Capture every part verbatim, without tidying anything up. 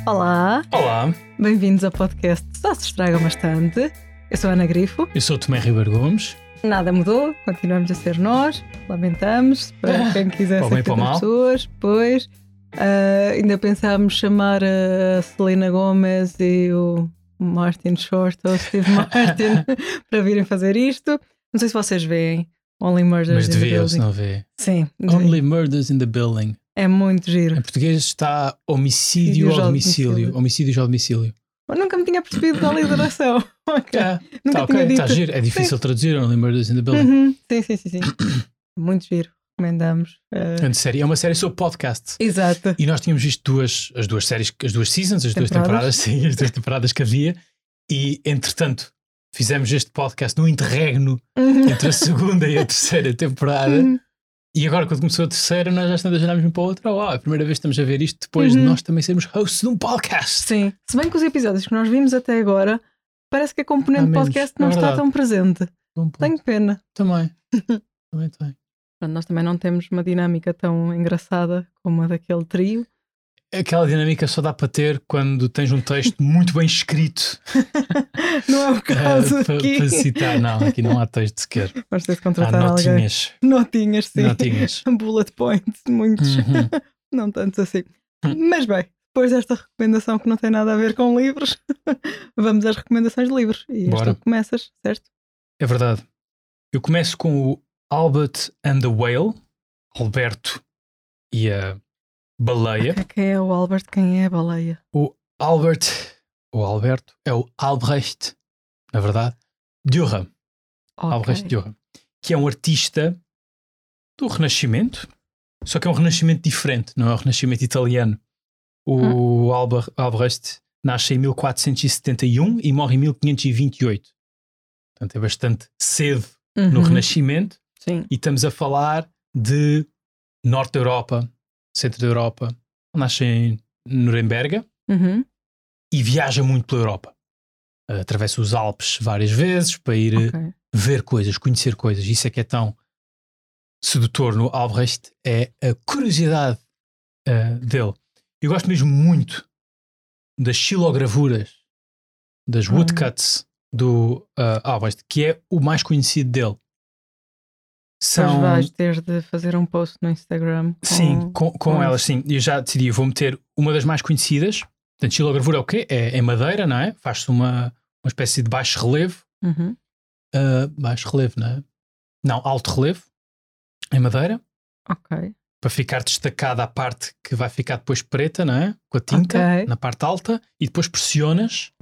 Olá, Olá, bem-vindos ao podcast Só se estraga bastante. Eu sou a Ana Grifo, eu sou o Tomé Ribeiro Gomes. nada mudou, continuamos a ser nós, lamentamos, para quem quisesse Para o bem e aqui para o outras mal. pessoas, pois ah, ainda pensámos chamar a Selena Gomez e o Martin Short ou o Steve Martin para virem fazer isto. Não sei se vocês veem Only Murders Mas in the devia, se Building. não vê. Sim, Only Murders in the Building. é muito giro. Em português está homicídio Homicídios ao ao domicílio. domicílio. Homicídios ao domicílio. Eu nunca me tinha percebido da lideração. Ok. É, Nunca tá tinha ok, dito. está giro. É difícil traduzir Only Murders in the Building. Uhum. Sim, sim, sim, sim. Muito giro. Recomendamos. Uh, Grande série. É uma série sobre podcast. Exato. E nós tínhamos visto duas, as duas séries, as duas seasons, as duas Temporadas. temporadas, sim, as duas temporadas que havia. E, entretanto, fizemos este podcast no interregno entre a segunda e a terceira temporada. Uhum. E agora, quando começou a terceira, nós já estamos olhámos um para o outro. Oh, é a primeira vez que estamos a ver isto depois Uhum. de nós também sermos hosts de um podcast. Sim. Se bem que os episódios que nós vimos até agora, parece que a componente Há menos, podcast é não está verdade. tão presente. Bom ponto. Tenho pena. Também. também tem. Pronto, nós também não temos uma dinâmica tão engraçada como a daquele trio. Aquela dinâmica só dá para ter quando tens um texto muito bem escrito Não é o caso eh, para, aqui. para citar. Não, aqui não há texto sequer. Vamos ter de Há contratar alguém. notinhas. Notinhas, sim. Notinhas. Bullet points, muitos. Uhum. Não tantos assim. Mas bem, depois desta recomendação que não tem nada a ver com livros, vamos às recomendações de livros. E és Bora. tu que começas, certo? É verdade. Eu começo com o Albert and the Whale, Alberto e a Baleia. Quem é o Albert? Quem é a baleia? O Albert, o Alberto, é o Albrecht, na verdade, Dürer, Ok. Albrecht Dürer, que é um artista do Renascimento, só que é um Renascimento diferente, não é o Renascimento italiano. O Alber- Albrecht nasce em mil quatrocentos e setenta e um e morre em mil quinhentos e vinte e oito. Portanto, é bastante cedo no Uhum. Renascimento. Sim. E estamos a falar de Norte da Europa, Centro da Europa. Nasce em Nuremberg Uhum. e viaja muito pela Europa. Uh, atravessa os Alpes várias vezes para ir uh, Ok. ver coisas, conhecer coisas. Isso é que é tão sedutor no Albrecht, é a curiosidade uh, dele. Eu gosto mesmo muito das xilogravuras, das Hum. woodcuts do uh, Albrecht, que é o mais conhecido dele. Mas São... vais ter de fazer um post no Instagram. Com... Sim, com, com com elas, isso. sim. Eu já decidi, eu vou meter uma das mais conhecidas. Portanto, xilogravura é o quê? É, é madeira, não é? Faz-se uma, uma espécie de baixo relevo. Uhum. Uh, baixo relevo, não é? Não, alto relevo. Em madeira. Ok. Para ficar destacada a parte que vai ficar depois preta, não é? Com a tinta, Ok. na parte alta. E depois pressionas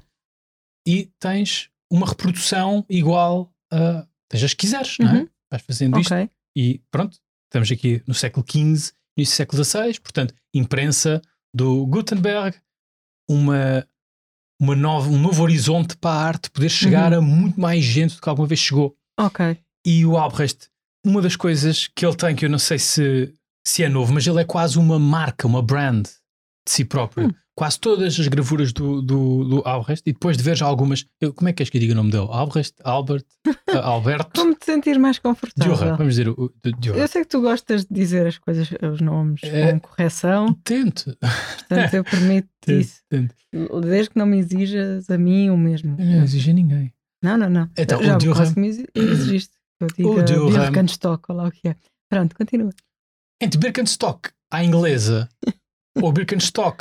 e tens uma reprodução igual a... Tens as que quiseres, não é? Uhum. Vais fazendo isto. Ok. E pronto, estamos aqui no século quinze, início do século dezasseis, portanto, imprensa do Gutenberg, uma, uma nova, um novo horizonte para a arte poder chegar Uhum. a muito mais gente do que alguma vez chegou. Ok. E o Albrecht, uma das coisas que ele tem, que eu não sei se, se é novo, mas ele é quase uma marca, uma brand de si próprio. Hum. Quase todas as gravuras do, do, do Albrecht, e depois de ver já algumas, eu, como é que és que eu digo o nome dele? Albrecht, Albert, uh, Alberto, Como te sentir mais confortável. Dürer, vamos dizer o, o Dürer. Eu sei que tu gostas de dizer as coisas, os nomes É. com correção, Tente. portanto eu permito Tente, isso. tente. Desde que não me exijas a mim o mesmo. Eu não exijo a ninguém. Não, não, não. Então, Já o Dürer- quase que me exi- exigiste. Eu digo O Dürer- Birkenstock, ou lá o que é. Pronto, continua. Entre Birkenstock à inglesa ou Birkenstock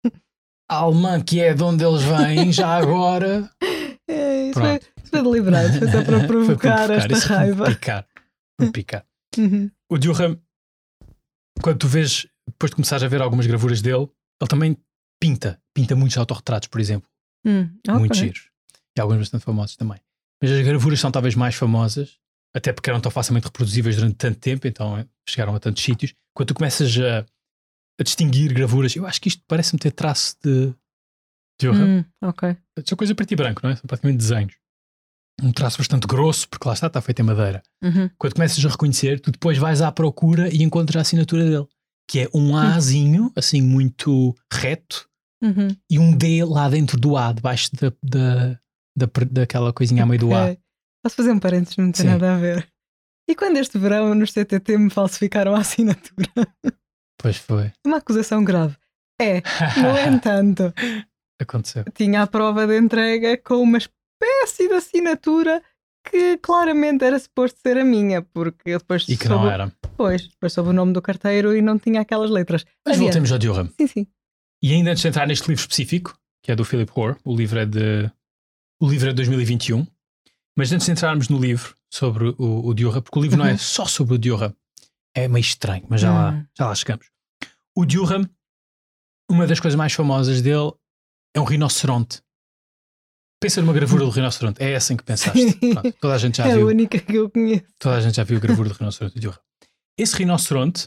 à alemã, que é de onde eles vêm, já agora. É, isso, Pronto. foi, isso foi deliberado, foi só para Foi provocar para esta isso foi raiva. para picar. Para picar. Uhum. O Dürer, quando tu vês, depois de começares a ver algumas gravuras dele, ele também pinta. Pinta muitos autorretratos, por exemplo. Hum, ok. Muitos giros. E alguns bastante famosos também. Mas as gravuras são talvez mais famosas, até porque eram tão facilmente reproduzíveis durante tanto tempo, então eh, chegaram a tantos sítios. Quando tu começas a, a distinguir gravuras, eu acho que isto parece-me ter traço de Dürer. Hum, ok. São coisa preto e branco, não é? São praticamente desenhos. Um traço bastante grosso, porque lá está, está feito em madeira. Uhum. Quando começas a reconhecer, tu depois vais à procura e encontras a assinatura dele, que é um Azinho, assim, muito reto, Uhum. e um D lá dentro do A, debaixo da, da, da, daquela coisinha a meio do A. Ok. Posso fazer um parênteses, não tem Sim. nada a ver. E quando este verão nos C T T me falsificaram a assinatura? Pois foi. Uma acusação grave. É, no entanto, Aconteceu. tinha a prova de entrega com uma espécie de assinatura que claramente era suposto ser a minha, porque depois E que soube, não era. Pois, depois soube o nome do carteiro e não tinha aquelas letras. Mas Adiante. voltemos ao Durham. Sim, sim. E ainda antes de entrar neste livro específico, que é do Philip Hoare, o livro é de, o livro é de dois mil e vinte e um, mas antes de entrarmos no livro sobre o, o Durham, porque o livro Uhum. não é só sobre o Durham, é meio estranho, mas já, Uhum. lá, já lá chegamos. O Durham, uma das coisas mais famosas dele é um rinoceronte. Pensa numa gravura do rinoceronte, é essa em que pensaste. Pronto, toda a gente já é viu. a única que eu conheço. Toda a gente já viu a gravura do rinoceronte do Durham. Esse rinoceronte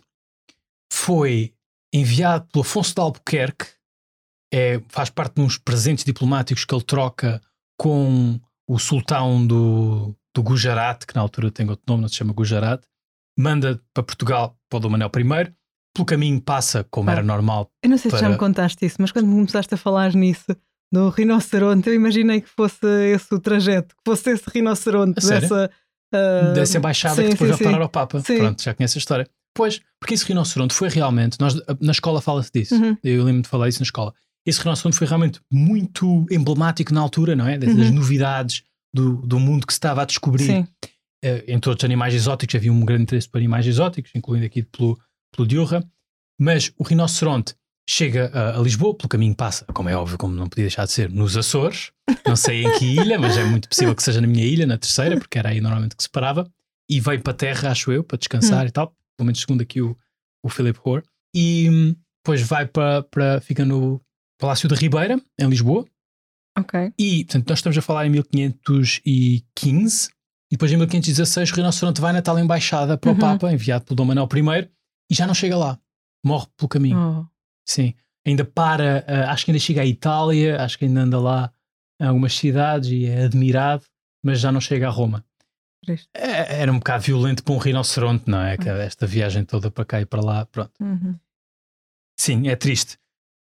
foi enviado pelo Afonso de Albuquerque, é, faz parte de uns presentes diplomáticos que ele troca com o sultão do, do Gujarat, que na altura tem outro nome, não se chama Gujarat, manda para Portugal para o Dom Manuel I, pelo caminho passa, como Ah, era normal. Eu não sei se já para- me contaste isso, mas quando começaste a falar nisso, do rinoceronte, eu imaginei que fosse esse o trajeto, que fosse esse rinoceronte A sério? dessa... ah, Dessa embaixada sim, que depois sim, vai parar sim. ao Papa. Sim. Pronto, já conhece a história. Pois, porque esse rinoceronte foi realmente, nós, na escola fala-se disso, Uhum. eu lembro de falar isso na escola. Esse rinoceronte foi realmente muito emblemático na altura, não é? Das Uhum. novidades do, do mundo que se estava a descobrir. Sim. Eh, entre outros animais exóticos, havia um grande interesse por animais exóticos, incluindo aqui pelo, pelo Durham. Mas o rinoceronte chega a, a Lisboa, pelo caminho passa, como é óbvio, como não podia deixar de ser, nos Açores. Não sei em que ilha, mas é muito possível que seja na minha ilha, na terceira, porque era aí normalmente que se parava. E veio para a terra, acho eu, para descansar Hum. e tal. Pelo menos segundo aqui o, o Philip Hoare. E hum, depois vai para, para, fica no Palácio da Ribeira, em Lisboa. Ok. E, portanto, nós estamos a falar em mil quinhentos e quinze. E depois em mil quinhentos e dezasseis o rinoceronte vai na tal embaixada para Uhum. o Papa, enviado pelo Dom Manuel I, e já não chega lá. Morre pelo caminho. Oh. Sim. Ainda para, uh, acho que ainda chega à Itália, acho que ainda anda lá em algumas cidades e é admirado, mas já não chega a Roma. Triste. É, era um bocado violento para um rinoceronte, não é? Que esta viagem toda para cá e para lá, pronto. Uhum. Sim, é triste.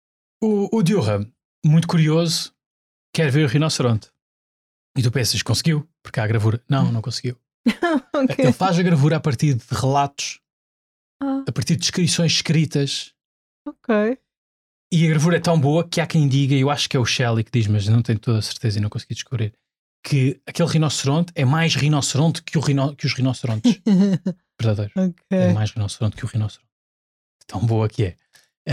O, o Durham, muito curioso, quer ver o rinoceronte. E tu pensas, conseguiu? Porque há a gravura. Não, não conseguiu. Ok. Ele faz a gravura a partir de relatos, Ah, a partir de descrições escritas. ok. E a gravura é tão boa que há quem diga, e eu acho que é o Shelley que diz, mas não tenho toda a certeza e não consegui descobrir, que aquele rinoceronte é mais rinoceronte que, o rino, que os rinocerontes verdadeiros. Ok. É mais rinoceronte que o rinoceronte. Tão boa que é.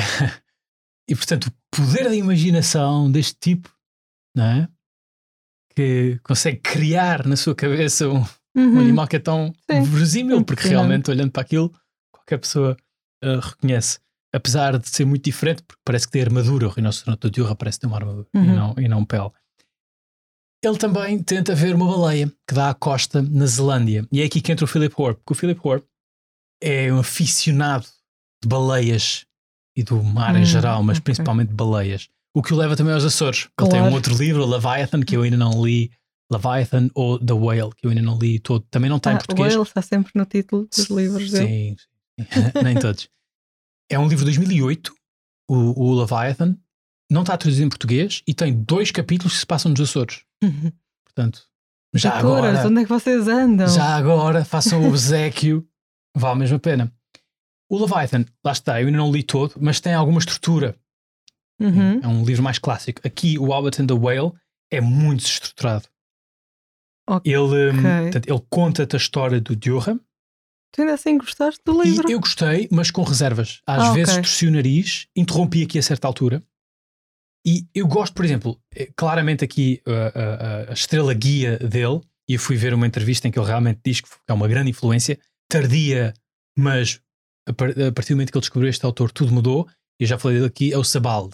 E portanto, o poder da imaginação deste tipo, não é? Que consegue criar na sua cabeça um, Uhum. um animal que é tão Sim. verosímil, porque Impressionante. realmente, olhando para aquilo, qualquer pessoa uh, reconhece. Apesar de ser muito diferente, porque parece que tem armadura, o rinoceronte do Durham parece ter uma armadura e, Uhum. não, e não pele. Ele também tenta ver uma baleia que dá à costa na Zelândia. E é aqui que entra o Philip Hoare, porque o Philip Hoare é um aficionado de baleias e do mar em Hum, geral, mas ok. principalmente de baleias. O que o leva também aos Açores. Ele tem Claro. um outro livro, Leviathan, que eu ainda não li. Leviathan ou The Whale, que eu ainda não li todo. Também não está Ah, em português. o Whale está sempre no título dos livros dele. Sim, sim. Nem todos. É um livro de dois mil e oito, o, o Leviathan. Não está traduzido em português e tem dois capítulos que se passam nos Açores. Uhum. Portanto, já Leitoras, agora, onde é que vocês andam? já agora façam o obséquio, vale mesmo a pena. O Leviathan, lá está, eu ainda não li todo, mas tem alguma estrutura. Uhum. É um livro mais clássico. Aqui, o Hobbit and the Whale é muito desestruturado. Ok. Ele, hum, portanto, ele conta-te a história do Durham. Tu ainda assim gostaste do livro? E eu gostei, mas com reservas. Às Ah, vezes ok. torci o nariz, interrompi aqui a certa altura. E eu gosto, por exemplo, eh, claramente aqui uh, uh, uh, a estrela guia dele, e eu fui ver uma entrevista em que ele realmente diz que é uma grande influência, tardia, mas a, par a partir do momento que ele descobriu este autor, tudo mudou. E eu já falei dele aqui, é o Sebald.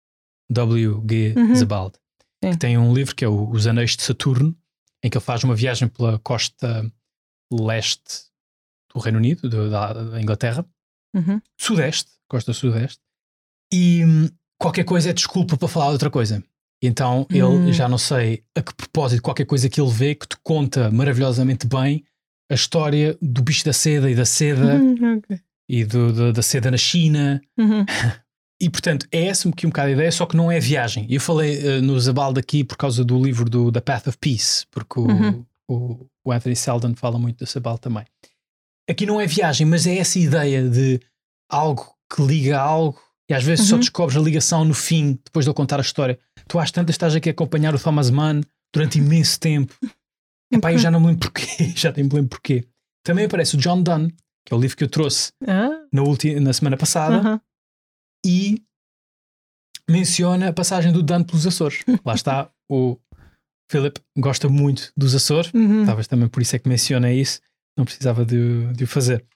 W G Uhum. Sebald. Sim. Que tem um livro que é o Os Anéis de Saturno, em que ele faz uma viagem pela costa leste do Reino Unido, do, da, da Inglaterra, Uhum. sudeste, costa sudeste, e hum, qualquer coisa é desculpa para falar de outra coisa. E então ele, Hum. já não sei a que propósito, qualquer coisa que ele vê que te conta maravilhosamente bem a história do bicho da seda e da seda Uhum. Ok. e do, do, da seda na China. Uhum. E portanto é essa que um bocado a ideia, só que não é viagem. Eu falei uh, no Zabald aqui por causa do livro do The Path of Peace, porque o, Uhum. o, o Anthony Seldon fala muito do Zabald também. Aqui não é viagem, mas é essa ideia de algo que liga a algo E às vezes Uhum. só descobres a ligação no fim, depois de eu contar a história. Tu às tantas estás aqui a acompanhar o Thomas Mann durante imenso tempo. Epá, eu já não me lembro porquê. Já nem me lembro porquê. Também aparece o John Donne, que é o livro que eu trouxe Ah, na, ulti- na semana passada, aham. e menciona a passagem do Donne pelos Açores. Lá está, o Philip gosta muito dos Açores. Uhum. Talvez também por isso é que menciona isso. Não precisava de, de o fazer.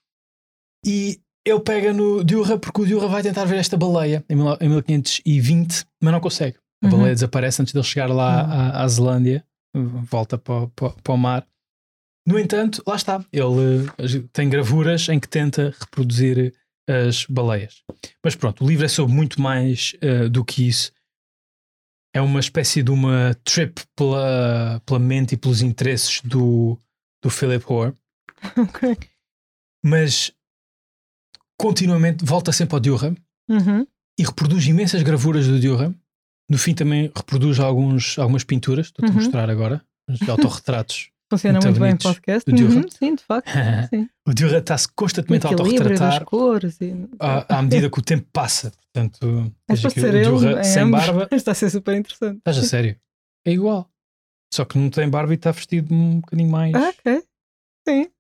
E ele pega no Diurra, porque o Diurra vai tentar ver esta baleia em, mil, em mil quinhentos e vinte, mas não consegue. A Uhum. baleia desaparece antes de ele chegar lá Uhum. à, à Zelândia, volta para, o- para, para o mar. No entanto, lá está. Ele eh, tem gravuras em que tenta reproduzir as baleias. Mas pronto, o livro é sobre muito mais eh, do que isso. É uma espécie de uma trip pela, pela mente e pelos interesses do, do Philip Hoare. Ok. Mas continuamente volta sempre ao Diurra Uhum. e reproduz imensas gravuras do Diurra. No fim também reproduz alguns, algumas pinturas. Estou-te Uhum. a mostrar agora. Os autorretratos. Funciona Muito muito bem em bonitos podcast. do Diurra. Uhum. Sim, de facto. Sim. O Diurra está-se O constantemente a equilíbrio das autorretratar cores. E... à, à medida que o tempo passa. Portanto, É veja para que ser o ele Diurra em sem ambos. barba. Está a ser super interessante. Estás a sério? É igual. Só que não tem barba e está vestido um bocadinho mais. Ah, ok. Sim.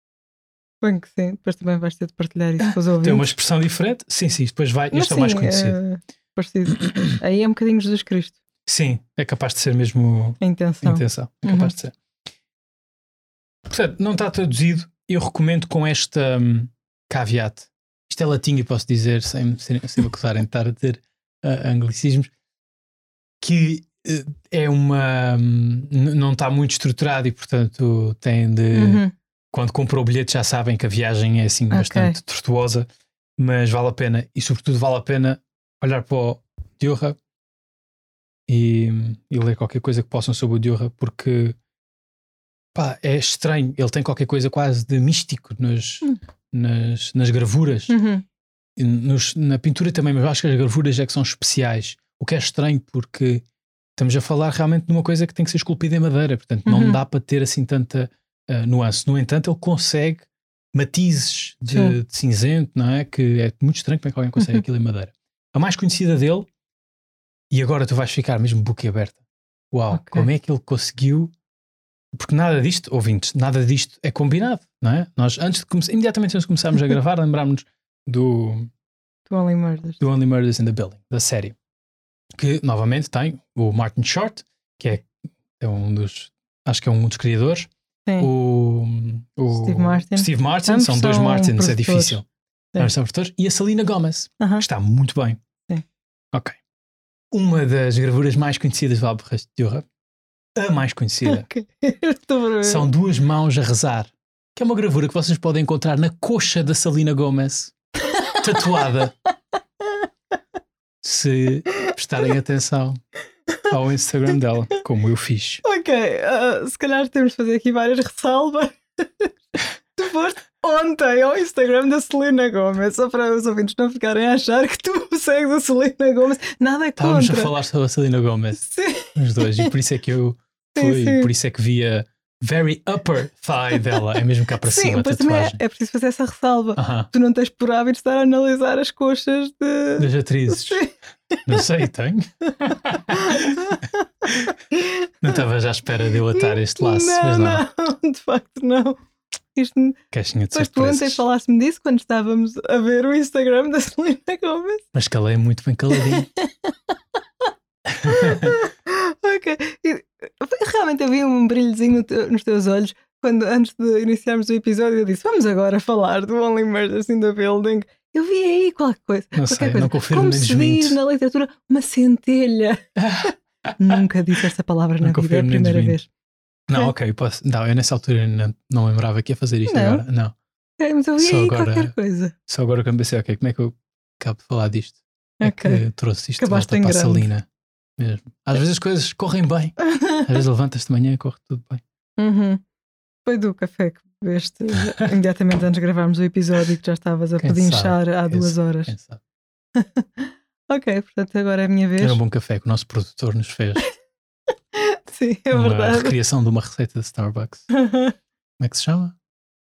Bem que sim. Depois também vais ter de partilhar isso com os ouvintes. Tem uma expressão diferente. Sim, sim. Depois vai. Mas Este é o mais sim, conhecido. é parecido. Aí é um bocadinho Jesus Cristo. Sim, é capaz de ser mesmo A intenção. a intenção. É Uhum. capaz de ser. Portanto, não está traduzido. Eu recomendo com esta hum, caveat. Isto é latim e posso dizer, sem, sem, sem me acusarem de estar a ter uh, anglicismos, que uh, é uma. Hum, n- não está muito estruturado e, portanto, tem de. Uhum. Quando comprou o bilhete já sabem que a viagem é assim Ok. bastante tortuosa, mas vale a pena. E, sobretudo, vale a pena olhar para o Diurra e, e ler qualquer coisa que possam sobre o Diurra, porque pá, é estranho. Ele tem qualquer coisa quase de místico nas, Hum. nas, nas gravuras. Uhum. E nos- na pintura também, mas eu acho que as gravuras é que são especiais. O que é estranho, porque estamos a falar realmente de uma coisa que tem que ser esculpida em madeira, portanto não Uhum. dá para ter assim tanta uh, nuance. No entanto, ele consegue matizes de, Sim. de cinzento, não é? Que é muito estranho como é que alguém consegue Uhum. aquilo em madeira. A mais conhecida dele, e agora tu vais ficar mesmo boquiaberta. Uau, Ok. como é que ele conseguiu? Porque nada disto, ouvintes, nada disto é combinado, não é? Nós, antes de começar, imediatamente antes de começarmos a gravar, lembrámos-nos do, Do Only Murders. do Only Murders in the Building, da série. Que, novamente, tem o Martin Short, que é, é um dos, acho que é um dos criadores. Sim. O, o Steve Martin. Steve Martin, Ambos são dois são Martins, é produtores. difícil. Sim. Ambos são produtores. E a Selena Gomez, Aham. que está muito bem. Sim. Ok. Uma das gravuras mais conhecidas do Albert Diurra, a mais conhecida, Ok. Estou para ver. são duas mãos a rezar, que é uma gravura que vocês podem encontrar na coxa da Selena Gomez, tatuada. Se prestarem atenção ao Instagram dela, como eu fiz. Ok, ah, se calhar temos de fazer aqui várias ressalvas. Tu foste ontem ao Instagram da Selena Gomez, só para os ouvintes não ficarem a achar que tu segues a Selena Gomez. Nada é Estávamos contra. a falar sobre a Selena Gomez, Sim, os dois, e por isso é que eu Sim, fui, sim. por isso é que vi a very upper thigh dela, é mesmo cá para sim, cima a mas também é, tatuagem. é preciso fazer essa ressalva. Aham, Tu não tens por hábito estar a analisar as coxas de. das atrizes. Sim. Não sei, tenho. Não estava já à espera de eu atar este laço, não, mas não. não, de facto não. Isto, Caixinha de depois tu ontem surpresas. falaste-me disso quando estávamos a ver o Instagram da Selena Gomez. Mas calei muito bem caladinho. Ok. E, realmente eu vi um brilhozinho no teu- nos teus olhos quando, antes de iniciarmos o episódio, eu disse: vamos agora falar do Only Murders in the Building. Eu vi aí qualquer coisa. Não qualquer sei, coisa. não confirmo Como nem se desminto. diz na literatura, uma centelha. Nunca disse esta palavra Não na vida, é a confirmo nem primeira desminto. vez. Não, ok, posso. Não, eu nessa altura não, não lembrava que ia fazer isto Não? agora. Não. Ok, mas eu vi Só aí agora- qualquer coisa. Só agora que eu pensei, ok, como é que eu acabo de falar disto? É Ok. que trouxe isto Acabaste de volta em para a grande. Salina. Mesmo. Às vezes as coisas correm bem. Às vezes levantas-te de manhã e corre tudo bem. Uhum. Foi do café que bebeste imediatamente antes de gravarmos o episódio e que já estavas a Quem pedinchar sabe? há Quem duas sabe? horas. Quem sabe? Ok, portanto agora é a minha vez. Era um bom café que o nosso produtor nos fez. Sim, é uma verdade. recriação de uma receita de Starbucks. Como é que se chama?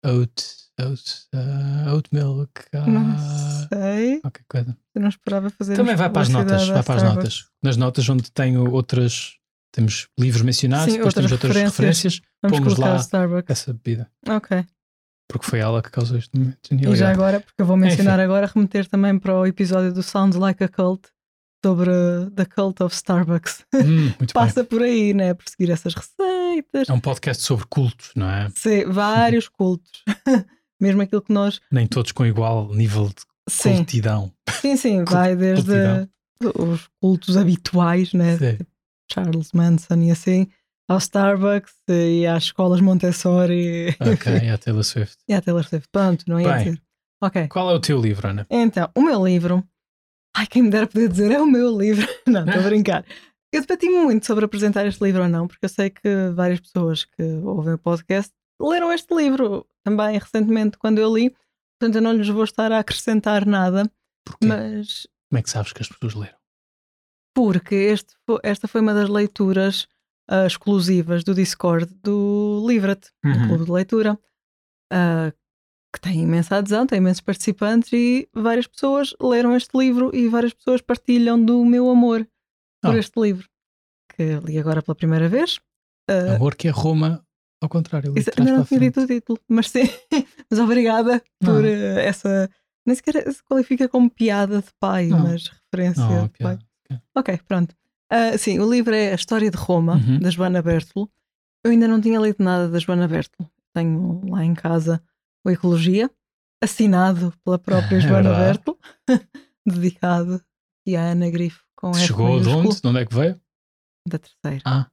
Oat, oat, uh, oat milk. Uh, Não sei. Qualquer coisa. Eu não esperava fazer. Também vai para as notas. Vai para as notas. Nas notas onde tenho outras. Temos livros mencionados, Sim, depois outras temos outras referências. Vamos pomos colocar lá o Starbucks. essa bebida. Ok. Porque foi ela que causou este momento. E já agora, porque eu vou mencionar Enfim. agora, remeter também para o episódio do Sounds Like a Cult sobre The Cult of Starbucks. Hum, muito Passa bem. por aí, né? Por seguir essas receitas. É um podcast sobre cultos, não é? Sim, vários cultos. Mesmo aquilo que nós. Nem todos com igual nível de sim. cultidão. Sim, sim, vai desde cultidão. Os cultos habituais, né? Tipo Charles Manson e assim, ao Starbucks e às escolas Montessori. Ok, e à Taylor Swift. E à Taylor Swift, pronto, não ia Bem, dizer. Ok. Qual é o teu livro, Ana? Então, o meu livro. Ai, quem me dera poder dizer é o meu livro. Não, estou a brincar. Eu debati-me muito sobre apresentar este livro ou não, porque eu sei que várias pessoas que ouvem o podcast leram este livro também recentemente quando eu li. Portanto, eu não lhes vou estar a acrescentar nada. Porquê? Mas... Como é que sabes que as pessoas leram? Porque este, esta foi uma das leituras uh, exclusivas do Discord do Livra-te, uhum. do Clube de Leitura, uh, que tem imensa adesão, tem imensos participantes e várias pessoas leram este livro e várias pessoas partilham do meu amor por oh. este livro, que li agora pela primeira vez. Uh, amor que é Roma, ao contrário. Isso, ainda não tinha dito o título, mas sim, mas obrigada não. por uh, essa... Nem sequer se qualifica como piada de pai, não. mas referência não, de pai. Okay. ok, pronto. Uh, sim, o livro é A História de Roma, uhum. da Joana Bertolo. Eu ainda não tinha lido nada da Joana Bertolo. Tenho lá em casa o Ecologia, assinado pela própria Joana é Bertolo, dedicado aqui à Ana Grifo. Com Chegou de onde? De onde é que veio? Da terceira. Ah.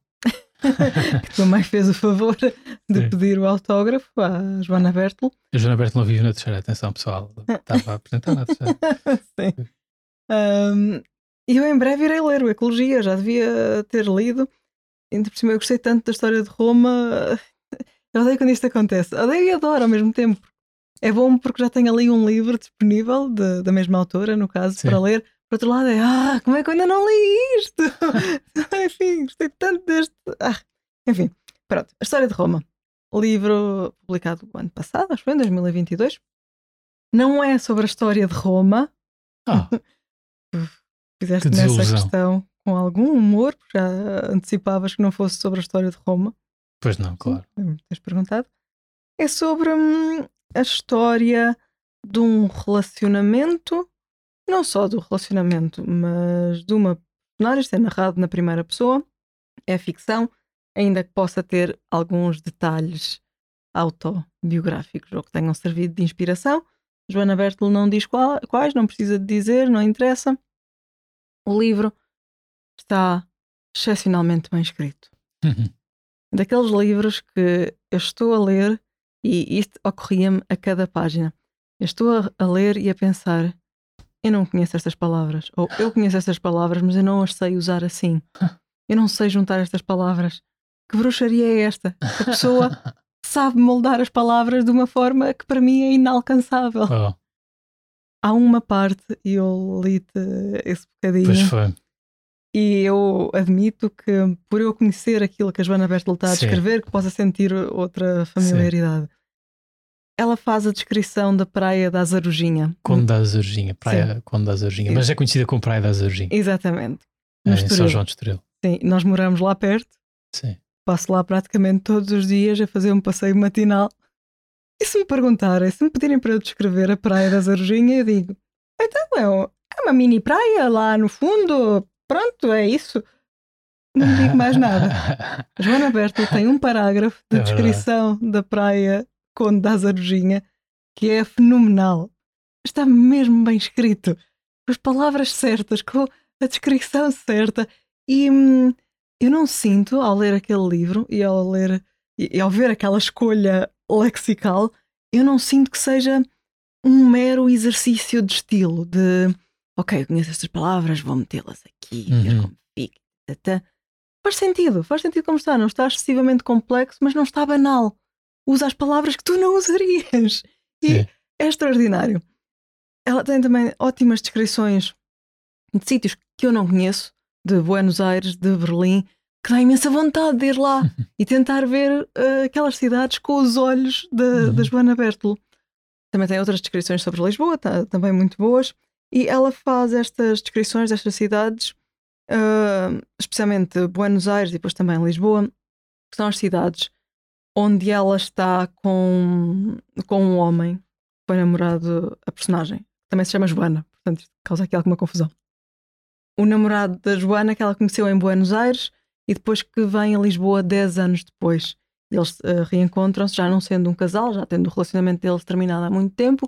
Que tua mãe fez o favor de Sim. pedir o autógrafo à Joana Bertolo. A Joana Bertolo não vive na terceira, atenção pessoal, estava a apresentar na terceira. Sim. Um, e eu em breve irei ler o Ecologia, já devia ter lido. Ainda por cima eu gostei tanto da história de Roma. Eu odeio quando isto acontece. Odeio e adoro ao mesmo tempo. É bom porque já tenho ali um livro disponível de, da mesma autora, no caso, Sim. para ler. Por outro lado é, ah, como é que eu ainda não li isto? Enfim, gostei tanto deste... Ah, enfim, pronto. A História de Roma. Livro publicado o ano passado, acho que foi em dois mil e vinte e dois. Não é sobre a história de Roma. Ah, Fizeste que nessa questão com algum humor, porque já antecipavas que não fosse sobre a história de Roma. Pois não, claro. Sim, tens perguntado. É sobre hum, a história de um relacionamento, não só do relacionamento, mas de uma personagem. Isto é narrado na primeira pessoa, é ficção, ainda que possa ter alguns detalhes autobiográficos ou que tenham servido de inspiração. Joana Bertolo não diz qual, quais, não precisa de dizer, não interessa. O livro está excepcionalmente bem escrito. Uhum. Daqueles livros que eu estou a ler e isto ocorria-me a cada página. Eu estou a, a ler e a pensar, eu não conheço estas palavras, ou eu conheço estas palavras, mas eu não as sei usar assim. Eu não sei juntar estas palavras. Que bruxaria é esta? A pessoa sabe moldar as palavras de uma forma que para mim é inalcançável. Oh. Há uma parte, e eu li-te esse bocadinho. Pois foi. E eu admito que, por eu conhecer aquilo que a Joana Bertolo está a descrever, Sim. que possa sentir outra familiaridade. Sim. Ela faz a descrição da praia da Azarujinha. Conde da Azarujinha, praia Sim. Conde da Azarujinha, Sim. mas é conhecida como praia da Azarujinha. Exatamente. No é, em São João de Estoril. Sim, nós moramos lá perto. Sim. Passo lá praticamente todos os dias a fazer um passeio matinal. E se me perguntarem, se me pedirem para eu descrever a praia da Azarujinha, eu digo, então é, é uma mini praia lá no fundo, pronto, é isso. Não digo mais nada. A Joana Bertolo tem um parágrafo de é descrição da praia Conde da Azarujinha que é fenomenal. Está mesmo bem escrito, com as palavras certas, com a descrição certa. E hum, eu não sinto, ao ler aquele livro e ao ler e, e ao ver aquela escolha lexical, eu não sinto que seja um mero exercício de estilo, de ok, eu conheço estas palavras, vou metê-las aqui, uhum. ver como fica. Tata. Faz sentido, faz sentido como está, não está excessivamente complexo, mas não está banal. Usa as palavras que tu não usarias. E é, é extraordinário. Ela tem também ótimas descrições de sítios que eu não conheço, de Buenos Aires, de Berlim, que dá imensa vontade de ir lá e tentar ver uh, aquelas cidades com os olhos da, Uhum. da Joana Bertolo. Também tem outras descrições sobre Lisboa, tá, também muito boas, e ela faz estas descrições destas cidades, uh, especialmente Buenos Aires e depois também Lisboa, que são as cidades onde ela está com, com um homem que foi namorado, a personagem também se chama Joana, portanto isto causa aqui alguma confusão. O namorado da Joana que ela conheceu em Buenos Aires e depois que vem a Lisboa dez anos depois. Eles uh, reencontram-se, já não sendo um casal, já tendo o relacionamento deles terminado há muito tempo,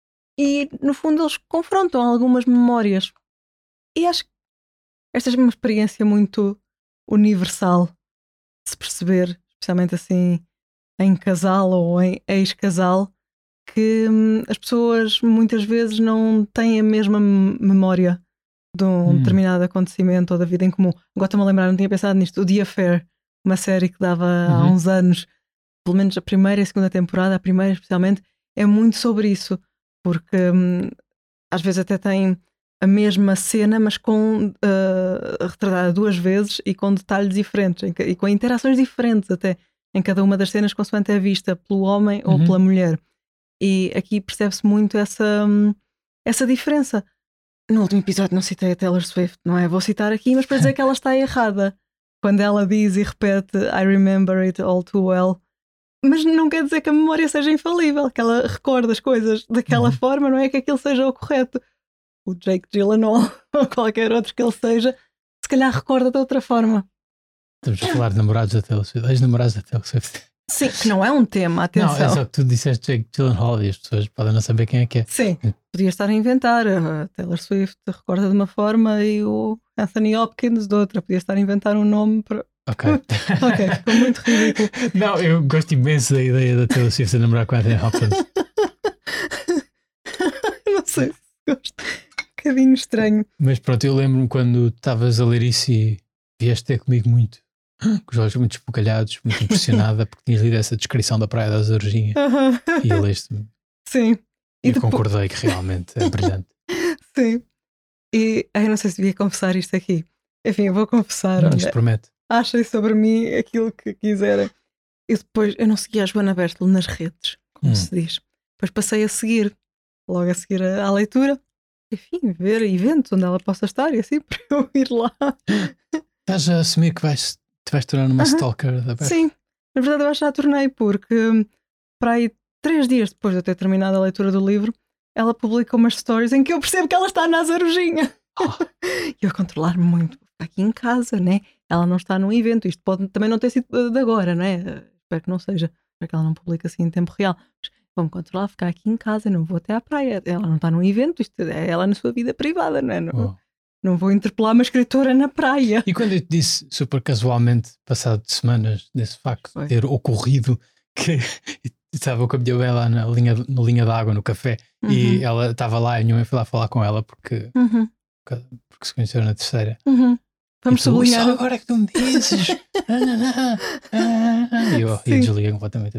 e no fundo eles confrontam algumas memórias. E acho que esta é uma experiência muito universal de se perceber, especialmente assim em casal ou em ex-casal, que hum, as pessoas muitas vezes não têm a mesma memória de um Hum. determinado acontecimento ou da vida em comum. Agora estou-me a lembrar, não tinha pensado nisto, o The Affair, uma série que dava há Uhum. uns anos, pelo menos a primeira e a segunda temporada, a primeira especialmente, é muito sobre isso, porque hum, às vezes até tem a mesma cena, mas com uh, retratada duas vezes e com detalhes diferentes em, e com interações diferentes até em cada uma das cenas, consoante é vista pelo homem Uhum. ou pela mulher. E aqui percebe-se muito essa, hum, essa diferença. No último episódio não citei a Taylor Swift, não é? Vou citar aqui, mas para dizer que ela está errada quando ela diz e repete I remember it all too well. Mas não quer dizer que a memória seja infalível, que ela recorda as coisas daquela Uhum. forma, não é que aquilo seja o correto. O Jake Gyllenhaal ou qualquer outro que ele seja, se calhar recorda de outra forma. Estamos a falar de namorados da Taylor Swift, ex-namorados da Taylor Swift. Sim, que não é um tema, atenção. Não, é só que tu disseste Jake Gyllenhaal e as pessoas podem não saber quem é que é. Sim, podia estar a inventar. A Taylor Swift recorda de uma forma e o Anthony Hopkins de outra. Podia estar a inventar um nome para... Ok. Ok, ficou muito ridículo. Não, eu gosto imenso da ideia da Taylor Swift a namorar com Anthony Hopkins. Não sei se gosto. Um bocadinho estranho. Mas pronto, eu lembro-me quando estavas a ler isso e vieste ter comigo muito, com os olhos muito espocalhados, muito impressionada, porque tinhas lido essa descrição da Praia da Azorjinha e leste-me. Sim. E eu depois- concordei que realmente é brilhante. Sim. E ai, eu não sei se devia confessar isto aqui. Enfim, eu vou confessar. Não, Olha, isto promete. achem sobre mim aquilo que quiserem. E depois, eu não seguia a Joana Bertolo nas redes, como Hum. se diz. Depois passei a seguir, logo a seguir a- à leitura, enfim, ver eventos onde ela possa estar e assim, para eu ir lá. Estás a assumir que vais, te vais tornar uma Aham. stalker da Berta? Sim, na verdade eu acho que já tornei, porque hum, para aí três dias depois de eu ter terminado a leitura do livro, ela publica umas stories em que eu percebo que ela está na Azarujinha. E eu a controlar-me muito, vou ficar aqui em casa, né? Ela não está num evento, isto pode também não ter sido de agora, não é? Espero que não seja, espero que ela não publique assim em tempo real. Mas vou-me controlar, ficar aqui em casa, não vou até à praia. Ela não está num evento, isto é ela na sua vida privada, não é? Não, Oh. não vou interpelar uma escritora na praia. E quando eu te disse super casualmente, passado de semanas, desse facto Foi. de ter ocorrido que estava com a minha mãe lá na linha, na linha d'água, no café, e Uhum. ela estava lá e a minha mãe foi lá falar com ela porque, Uhum. porque se conheceram na terceira. Uhum. Vamos e tu, sublinhar. só agora é que tu me dizes. Ah, não, não, ah, ah. E eu, Sim. eu desliguei completamente.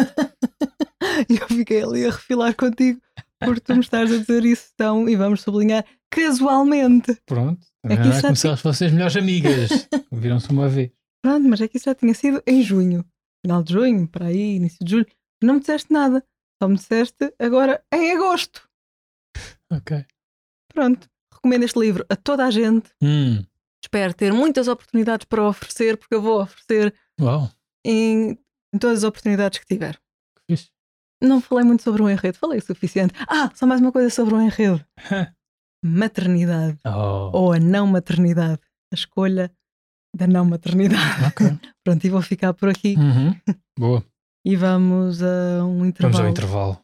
E eu fiquei ali a refilar contigo porque tu me estás a dizer isso então, e vamos sublinhar casualmente. Pronto, É também que não isso é já como se tinha- elas fossem as melhores amigas. Viram-se uma vez. Pronto, mas é que isso já tinha sido em junho, final de junho, para aí, início de julho. Não me disseste nada, só me disseste agora em agosto. Ok. Pronto, recomendo este livro a toda a gente. Hum. Espero ter muitas oportunidades para oferecer, porque eu vou oferecer Uau, em, em todas as oportunidades que tiver. que fixe. Não falei muito sobre o enredo, falei o suficiente. Ah, só mais uma coisa sobre o enredo: maternidade. Oh, Ou a não maternidade, a escolha da não maternidade. ok. Pronto, e vou ficar por aqui Uhum. Boa. e vamos a um intervalo. Vamos ao intervalo.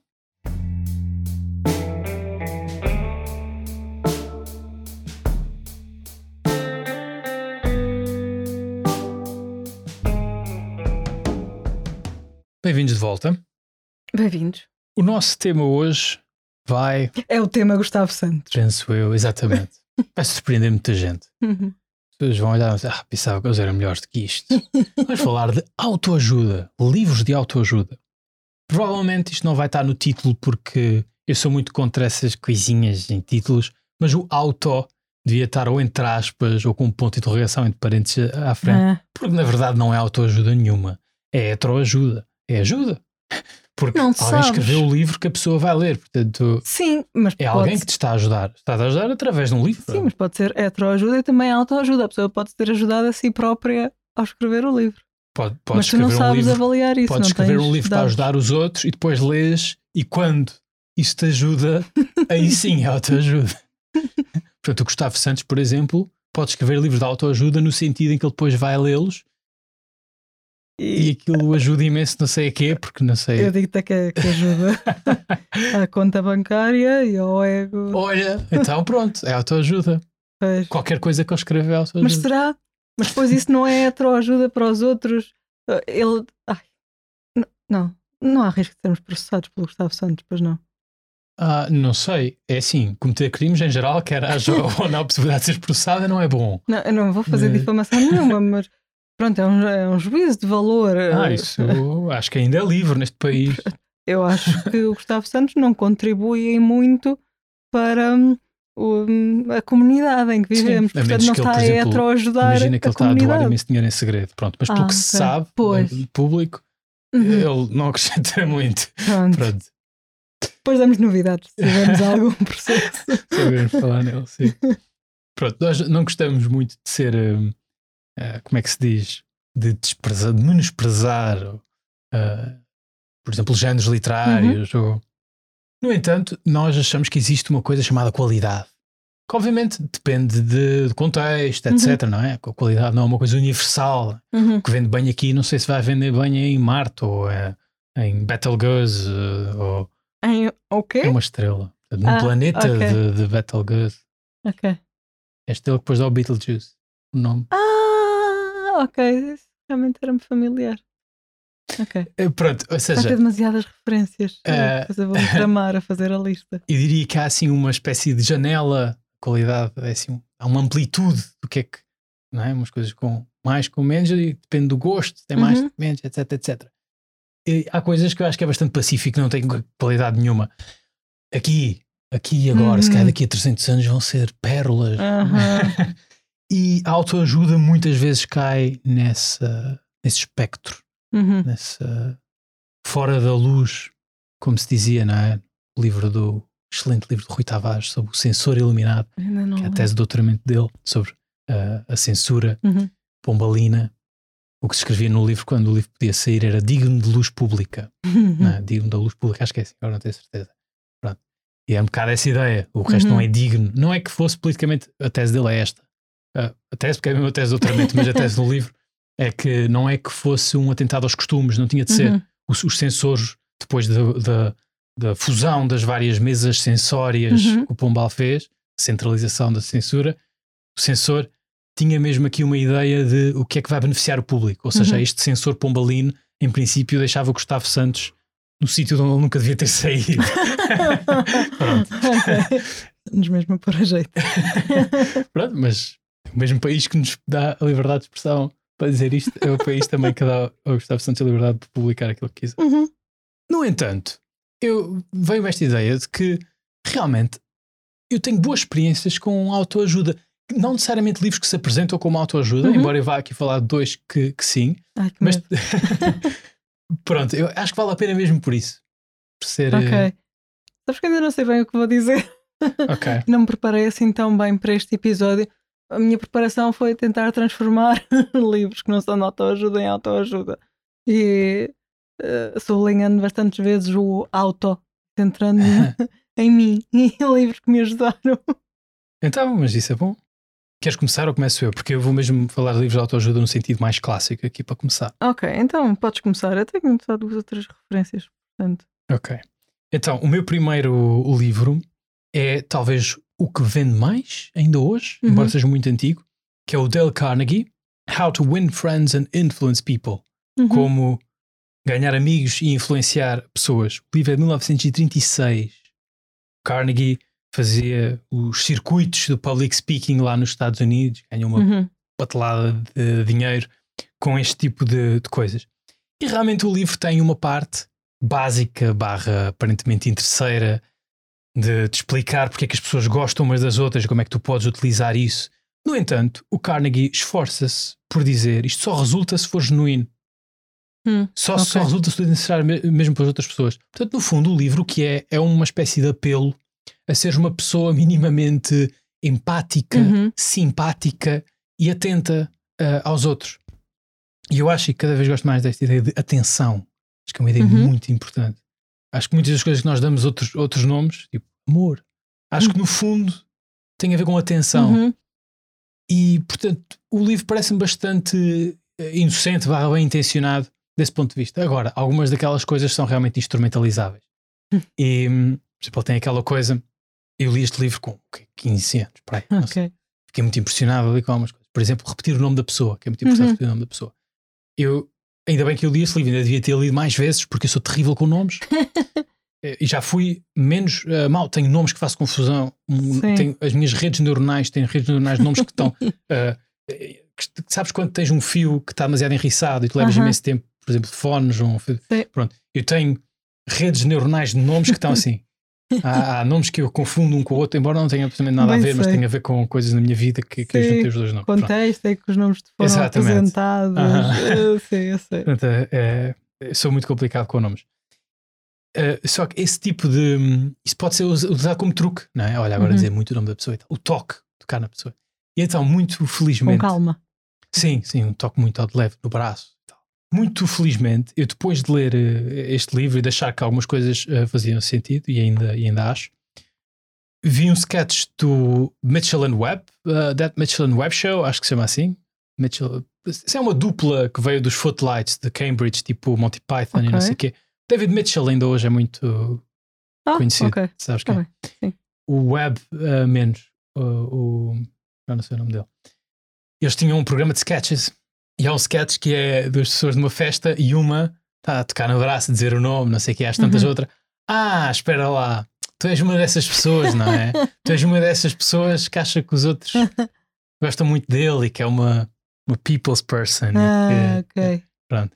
Bem-vindos de volta. Bem-vindos. O nosso tema hoje vai, É o tema Gustavo Santos. penso eu, exatamente, vai surpreender muita gente. Uhum. As pessoas vão olhar e dizer, ah, pensava que eles eram melhores do que isto. Vamos falar de autoajuda, livros de autoajuda. Provavelmente isto não vai estar no título porque eu sou muito contra essas coisinhas em títulos, mas o auto devia estar ou entre aspas ou com um ponto de interrogação entre parênteses à frente, Ah, porque na verdade não é autoajuda nenhuma, é heteroajuda, é ajuda. Porque Não alguém sabes. escreveu o livro que a pessoa vai ler, portanto sim, mas é pode alguém ser- que te está a ajudar, está a ajudar através de um livro. Sim, mas pode ser heteroajuda e também autoajuda. A pessoa pode ter ajudado a si própria ao escrever o livro. Pode, pode Mas tu não escrever um sabes livro, avaliar isso. pode não escrever tens um livro para dados. ajudar os outros e depois lês e quando isso te ajuda, aí sim é autoajuda. Portanto, o Gustavo Santos, por exemplo, pode escrever livros de autoajuda no sentido em que ele depois vai lê-los e E aquilo ajuda imenso, não sei a quê, porque não sei. eu digo-te que, que ajuda à conta bancária e ao ego. Olha, então pronto, é autoajuda. Pois. Qualquer coisa que eu escrever é autoajuda. Mas será? Mas depois isso não é heteroajuda para os outros? Uh, Ele. Ai, n- não, não há risco de sermos processados pelo Gustavo Santos, pois não. Ah, não sei, é assim, cometer crimes em geral, quer haja ou não a possibilidade de ser processada, não é bom. Não, eu não vou fazer Mas- difamação nenhuma, mas pronto, é um, é um juízo de valor. Ah, Uh, isso acho que ainda é livre neste país. Eu acho que o Gustavo Santos não contribui em muito para hum, o- a comunidade em que Sim, vivemos. a Portanto, menos não que ele, está por a exemplo, heteroajudar Imagina que a ele está a doar comunidade. imenso dinheiro em segredo, pronto, mas pelo Ah, que se ok. sabe, Pois. eh, público, Uhum. ele não acrescenta muito. Pronto. Pronto, Depois damos novidades se tivermos algum processo. sabemos falar nele, sim. Pronto, nós não gostamos muito de ser, hum, eh, como é que se diz, de desprezar, de menosprezar, eh, por exemplo, géneros literários. Uhum. Ou... No entanto, nós achamos que existe uma coisa chamada qualidade, que obviamente depende de, de contexto, etcétera. Não é? A qualidade não é uma coisa universal. Uhum. O que vende bem aqui, não sei se vai vender bem em Marte ou eh, em Betelgeuse, eh, ou Em, o quê? é uma estrela. Portanto, num Ah, planeta ok. de, de Betelgeuse. Ok. É a estrela que depois dá o Beetlejuice, o nome. Ah, ok. Isso realmente era-me familiar. Ok. Eh, Pronto, ou Já tem seja, demasiadas referências. eh, Depois eu vou-me tramar a fazer a lista. eu diria que há assim uma espécie de janela, qualidade, é assim, há uma amplitude do que é que, não é? Umas coisas com mais, com menos, e depende do gosto, tem mais, Uhum. tem menos, etc, etcétera. E há coisas que eu acho que é bastante pacífico, não tem qualidade nenhuma. Aqui, aqui e agora, se calhar Uhum. daqui a trezentos anos vão ser pérolas. Aham. E a autoajuda muitas vezes cai nessa, nesse espectro, Uhum. nessa fora da luz, como se dizia, não é? O livro do excelente livro de Rui Tavares sobre o censor iluminado, Ainda não que é a lembro. tese de doutoramento dele sobre uh, a censura Uhum. pombalina. O que se escrevia no livro quando o livro podia sair era digno de luz pública, não é? Digno da luz pública, acho que é assim, agora não tenho certeza. Pronto. E é um bocado essa ideia, o resto Uhum. não é digno. Não é que fosse politicamente, a tese dele é esta. Uh, a tese, porque é a mesma tese de doutoramento, mas a tese do livro é que não é que fosse um atentado aos costumes, não tinha de ser. Uhum. Os, os censores, depois da, da, da fusão das várias mesas sensórias Uhum. que o Pombal fez, centralização da censura, o censor tinha mesmo aqui uma ideia de o que é que vai beneficiar o público. Ou seja, Uhum. este censor pombalino, em princípio, deixava o Gustavo Santos no sítio de onde ele nunca devia ter saído. Pronto. Ok. Nos mesmo por a jeito. Pronto, mas o mesmo país que nos dá a liberdade de expressão para dizer isto é o país também que dá ao Gustavo Santos a liberdade de publicar aquilo que quiser. Uhum. No entanto, eu veio esta ideia de que realmente eu tenho boas experiências com autoajuda. Não necessariamente livros que se apresentam como autoajuda, Uhum. embora eu vá aqui falar de dois que, que sim, Ai, que mas medo. pronto, eu acho que vale a pena mesmo por isso. Por ser. eh, Ok. Sabes que ainda não sei bem o que vou dizer. Ok. Não me preparei assim tão bem para este episódio. A minha preparação foi tentar transformar livros que não são de autoajuda em autoajuda. E uh, sublinhando bastantes vezes o auto, centrando em mim e em livros que me ajudaram. Então, mas isso é bom. Queres começar ou começo eu? Porque eu vou mesmo falar de livros de autoajuda no sentido mais clássico aqui para começar. Ok, então podes começar. Eu tenho só duas outras referências, portanto. Ok. Então, o meu primeiro livro é talvez o que vende mais ainda hoje, Uhum. embora seja muito antigo, que é o Dale Carnegie, How to Win Friends and Influence People. Uhum. Como ganhar amigos e influenciar pessoas. O livro é de mil novecentos e trinta e seis. Carnegie fazia os circuitos do public speaking lá nos Estados Unidos, ganhou uma Uhum. patelada de dinheiro com este tipo de, de coisas. E realmente o livro tem uma parte básica, barra aparentemente interesseira, de, de explicar porque é que as pessoas gostam umas das outras, como é que tu podes utilizar isso. No entanto, o Carnegie esforça-se por dizer isto só resulta se for genuíno. Hum, Só, okay. só resulta se for necessário mesmo para as outras pessoas. Portanto, no fundo, o livro o que é, é uma espécie de apelo a seres uma pessoa minimamente empática, uhum. simpática e atenta uh, aos outros. E eu acho que cada vez gosto mais desta ideia de atenção. Acho que é uma ideia uhum. muito importante. Acho que muitas das coisas que nós damos outros, outros nomes, tipo amor, acho uhum. que no fundo tem a ver com atenção. Uhum. E, portanto, o livro parece-me bastante inocente, barra bem intencionado desse ponto de vista. Agora, algumas daquelas coisas são realmente instrumentalizáveis. Uhum. E, por exemplo, ele tem aquela coisa. Eu li este livro com quinze anos, por aí, não sei. Fiquei muito impressionado ali com algumas coisas. Por exemplo, repetir o nome da pessoa, que é muito importante, uhum. repetir o nome da pessoa. Eu, ainda bem que eu li este livro, ainda devia ter lido mais vezes, porque eu sou terrível com nomes. E já fui menos uh, mal. Tenho nomes que faço confusão. Tenho, as minhas redes neuronais têm redes neuronais de nomes que estão. Uh, que, sabes quando tens um fio que está demasiado enriçado e tu levas uh-huh. imenso tempo, por exemplo, de fones. Um fio, pronto. Eu tenho redes neuronais de nomes que estão assim. Há, há nomes que eu confundo um com o outro, embora não tenha absolutamente nada Bem a ver, sei. Mas tem a ver com coisas na minha vida que, que eu juntei os dois nomes. Contexto é que os nomes te foram Exatamente. apresentados. Uh-huh. Eu sei, eu sei. Portanto, é, é, sou muito complicado com nomes. Uh, só que esse tipo de. Isso pode ser usado como truque, não é? Olha, agora uhum. dizer muito o nome da pessoa e tal. O toque, tocar na pessoa. E então, muito felizmente. Com calma. Sim, sim, um toque muito de leve no braço e tal. Muito felizmente, eu depois de ler uh, este livro e de achar que algumas coisas uh, faziam sentido, e ainda, e ainda acho, vi um sketch do Mitchell and Webb, uh, That Mitchell and Webb Show, acho que se chama assim. Mitchell. Isso é uma dupla que veio dos Footlights de Cambridge, tipo Monty Python okay. e não sei o quê. David Mitchell ainda hoje é muito ah, conhecido, okay. sabes quem? Okay. O Webb uh, menos, uh, o eu não sei o nome dele. Eles tinham um programa de sketches e há um sketch que é duas pessoas numa festa e uma está a tocar no braço, a dizer o nome, não sei o que, às tantas uhum. outras. Ah, espera lá, tu és uma dessas pessoas, não é? Tu és uma dessas pessoas que acha que os outros gostam muito dele e que é uma, uma people's person. Ah, e, ok. É, pronto.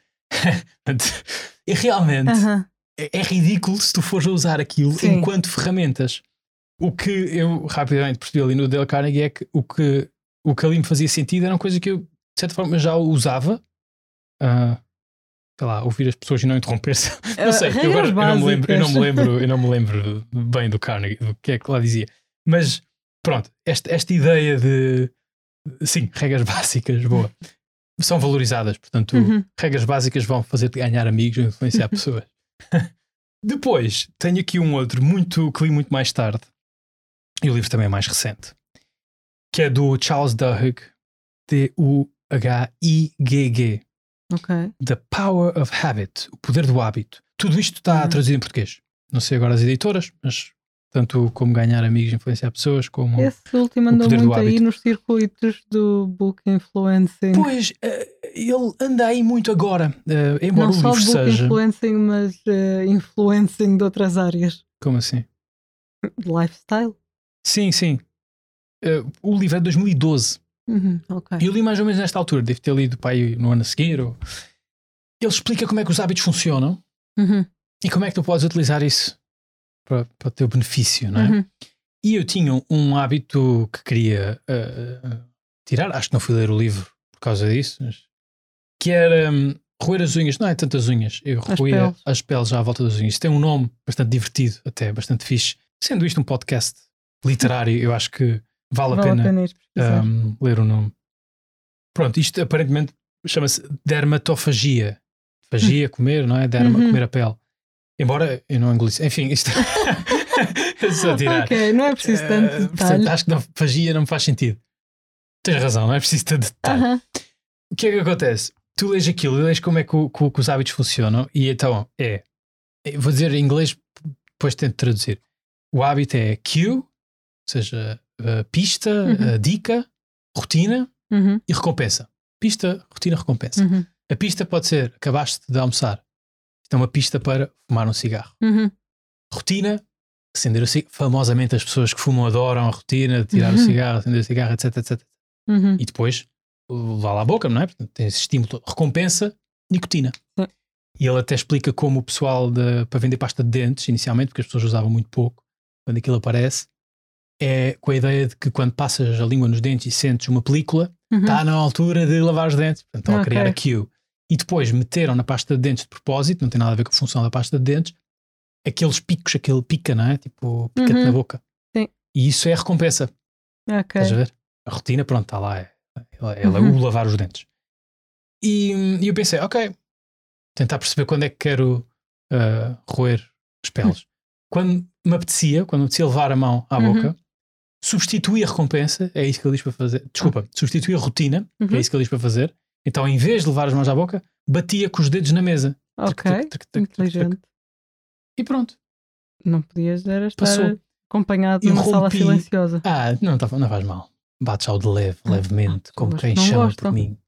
E realmente uh-huh. é, é ridículo se tu fores a usar aquilo Sim. enquanto ferramentas. O que eu rapidamente percebi ali no Dale Carnegie é que o que, o que ali me fazia sentido era uma coisa que eu de certa forma já usava. Uh, sei lá, ouvir as pessoas e não interromper-se. Não sei, eu, agora, eu, não me lembro, eu, não me lembro, eu não me lembro bem do Carnegie, do que é que lá dizia. Mas pronto, esta, esta ideia de sim, regras básicas, boa. São valorizadas, portanto, uhum. regras básicas vão fazer-te ganhar amigos e influenciar pessoas. Depois, tenho aqui um outro muito, que li muito mais tarde, e o livro também é mais recente, que é do Charles Duhigg, D U H I G G. Okay. The Power of Habit, o poder do hábito. Tudo isto está uhum. traduzido em português. Não sei agora as editoras, mas tanto como ganhar amigos e influenciar pessoas, como esse último andou muito aí nos circuitos do book influencing. Pois, uh, ele anda aí muito agora, uh, embora não o livro seja... Não só book influencing, mas uh, influencing de outras áreas. Como assim? Lifestyle? Sim, sim. Uh, o livro é de dois mil e doze. Uhum, okay. Eu li mais ou menos nesta altura, devo ter lido para aí no ano a seguir. Ou... Ele explica como é que os hábitos funcionam uhum. e como é que tu podes utilizar isso para, para o teu benefício, não é? Uhum. E eu tinha um hábito que queria uh, uh, tirar, acho que não fui ler o livro por causa disso, mas, que era um, roer as unhas, não é tantas unhas, eu as roía peles. as peles já à volta das unhas. Isso tem um nome bastante divertido, até bastante fixe. Sendo isto um podcast literário, eu acho que vale, vale a pena, a pena um, ler o nome. Pronto, isto aparentemente chama-se dermatofagia. Fagia, comer, não é? Derma, uhum. comer a pele. Embora eu não engolisse. Enfim, isto é só tirar. Ok, não é preciso tanto uh, detalhe. Portanto, acho que não, fagia não me faz sentido. Tens razão, não é preciso tanto detalhe. Uh-huh. O que é que acontece? Tu lês aquilo, lês como é que, o, que, que os hábitos funcionam e então é, vou dizer em inglês, depois tento traduzir. O hábito é cue, ou seja, uh, pista, uhum. uh, dica, rotina uhum. e recompensa. Pista, rotina, recompensa. Uhum. A pista pode ser, acabaste de almoçar. Isto é uma pista para fumar um cigarro. Uhum. Rotina, acender o cigarro. Famosamente as pessoas que fumam adoram a rotina de tirar uhum. o cigarro, acender o cigarro, etc, etcétera. Uhum. E depois levá-la à boca, não é? Portanto, tem esse estímulo todo. Recompensa, nicotina. Sim. E ele até explica como o pessoal de, para vender pasta de dentes, inicialmente, porque as pessoas usavam muito pouco, quando aquilo aparece, é com a ideia de que quando passas a língua nos dentes e sentes uma película, está Uhum. na altura de lavar os dentes. Portanto, estão a criar a Ok. cue. E depois meteram na pasta de dentes de propósito, não tem nada a ver com a função da pasta de dentes, aqueles picos, aquele pica, não é? Tipo, pica-te Uhum. na boca. Sim. E isso é a recompensa. Ok. Estás a ver? A rotina, pronto, está lá. É, ela é Uhum. o lavar os dentes. E, e eu pensei, ok, tentar perceber quando é que quero uh, roer os pelos. Quando me apetecia, quando me apetecia levar a mão à Uhum. boca, substituir a recompensa, é isso que ele diz para fazer. Desculpa, substituir a rotina, que Uhum. é isso que ele diz para fazer. Então, em vez de levar as mãos à boca, batia com os dedos na mesa. Trac, Ok. trac, trac, trac, trac, trac. Inteligente. E pronto, Não podias era estar passou. acompanhado E numa sala rompi. silenciosa. Ah, não, tá, não faz mal. Bates ao de leve, Ah, levemente, há como pessoas quem que não chama gostam. por mim.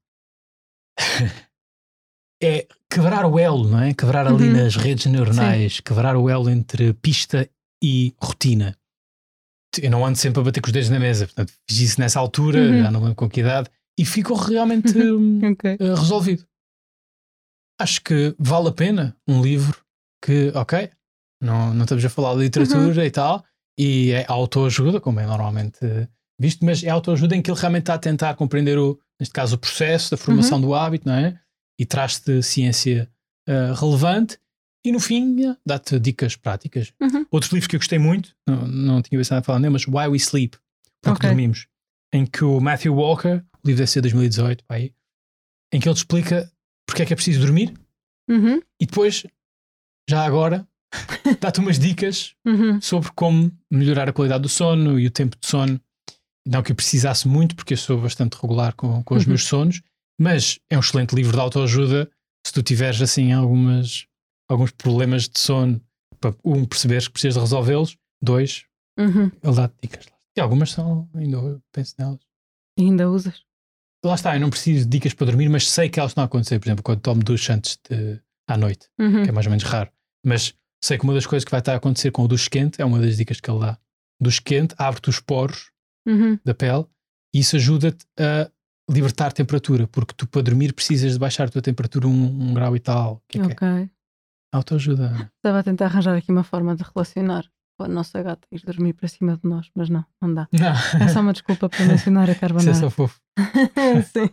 É quebrar o elo, não é? Quebrar ali Uhum. nas redes neuronais, quebrar o elo entre pista e rotina. Eu não ando sempre a bater com os dedos na mesa, portanto, fiz isso nessa altura, Uhum. já não lembro com que idade, e ficou realmente hum, Ok. uh, resolvido. Acho que vale a pena um livro que, ok, não, não estamos a falar de literatura Uhum. e tal, e é autoajuda, como é normalmente uh, visto, mas é autoajuda em que ele realmente está a tentar compreender, o, neste caso, o processo da formação Uhum. do hábito, não é? E traz-te ciência uh, relevante e no fim yeah, dá-te dicas práticas. Uhum. Outro livro que eu gostei muito, não, não tinha pensado a falar nele, mas Why We Sleep, Porque Ok. Dormimos, em que o Matthew Walker, o livro deve ser dois mil e dezoito, aí, em que ele te explica porque é que é preciso dormir Uhum. e depois, já agora, dá-te umas dicas Uhum. sobre como melhorar a qualidade do sono e o tempo de sono. Não que eu precisasse muito, porque eu sou bastante regular com, com os Uhum. meus sonos, mas é um excelente livro de autoajuda se tu tiveres assim algumas, alguns problemas de sono, para um, perceberes que precisas de resolvê-los, dois, Uhum. ele dá-te dicas. E algumas são, ainda eu penso nelas. E ainda usas? Lá está, eu não preciso de dicas para dormir, mas sei que elas estão a acontecer, por exemplo, quando tomo duche antes de, à noite, Uhum. que é mais ou menos raro. Mas sei que uma das coisas que vai estar a acontecer com o duche quente é uma das dicas que ele dá. Duche quente abre-te os poros Uhum. da pele e isso ajuda-te a libertar temperatura, porque tu para dormir precisas de baixar a tua temperatura um, um grau e tal. Que é que é? Ok. Autoajuda. Estava a tentar arranjar aqui uma forma de relacionar com a nossa gata e ir dormir para cima de nós, mas não, não dá. Não. É só uma desculpa para mencionar a Isso é carbonara. só fofo. Sim.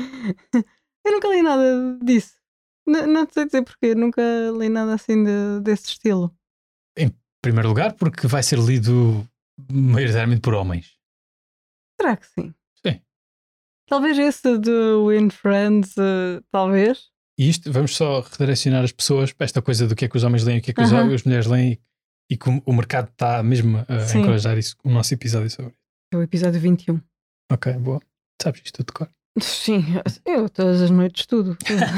Eu nunca li nada disso. N- não sei dizer porquê, nunca li nada assim de- desse estilo. Em primeiro lugar, porque vai ser lido maioritariamente por homens. Será que sim? Sim. Talvez esse do In Friends, eh, talvez. E isto, vamos só redirecionar as pessoas para esta coisa do que é que os homens leem e o que é que os- Aham. as mulheres leem e, e como o mercado está mesmo a Sim. encorajar isso, o nosso episódio sobre isso. É o episódio vinte e um. Ok, boa. Sabes isto tudo de cor. Sim, eu todas as noites estudo.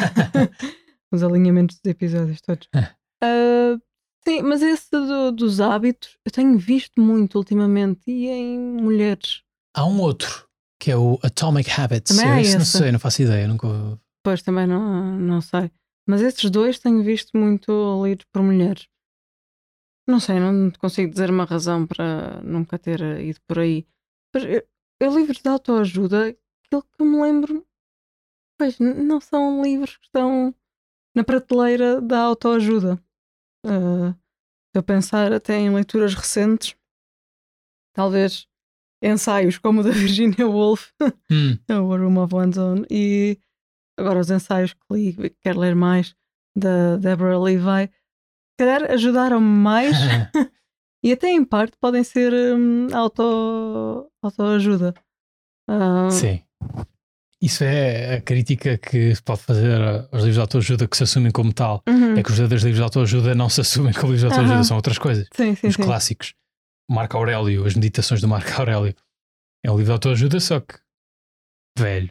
Os alinhamentos dos episódios todos. Ah, sim, mas esse do- dos hábitos eu tenho visto muito ultimamente e em mulheres. Há um outro, que é o Atomic Habits. Também Eu há esse não esse. sei, não faço ideia. Nunca... Pois também não, não sei. Mas esses dois tenho visto muito lidos por mulheres. Não sei, não te consigo dizer uma razão para nunca ter ido por aí. Mas eu, eu livros de autoajuda, aquilo que me lembro, pois n- não são livros que estão na prateleira da autoajuda. Ah, se eu pensar até em leituras recentes, talvez ensaios como o da Virginia Woolf, Hum. o A Room of One's Own, e agora os ensaios que li, que quero ler mais, da Deborah Levi, se calhar ajudaram-me mais e até em parte podem ser hum, auto, autoajuda. Ah, Sim. Isso é a crítica que se pode fazer aos livros de autoajuda que se assumem como tal. uhum. É que os verdadeiros livros de autoajuda não se assumem como livros de autoajuda, Aham. são outras coisas. Sim, sim, Os sim. clássicos. Marco Aurélio, as meditações do Marco Aurélio. É um livro de autoajuda, só que velho.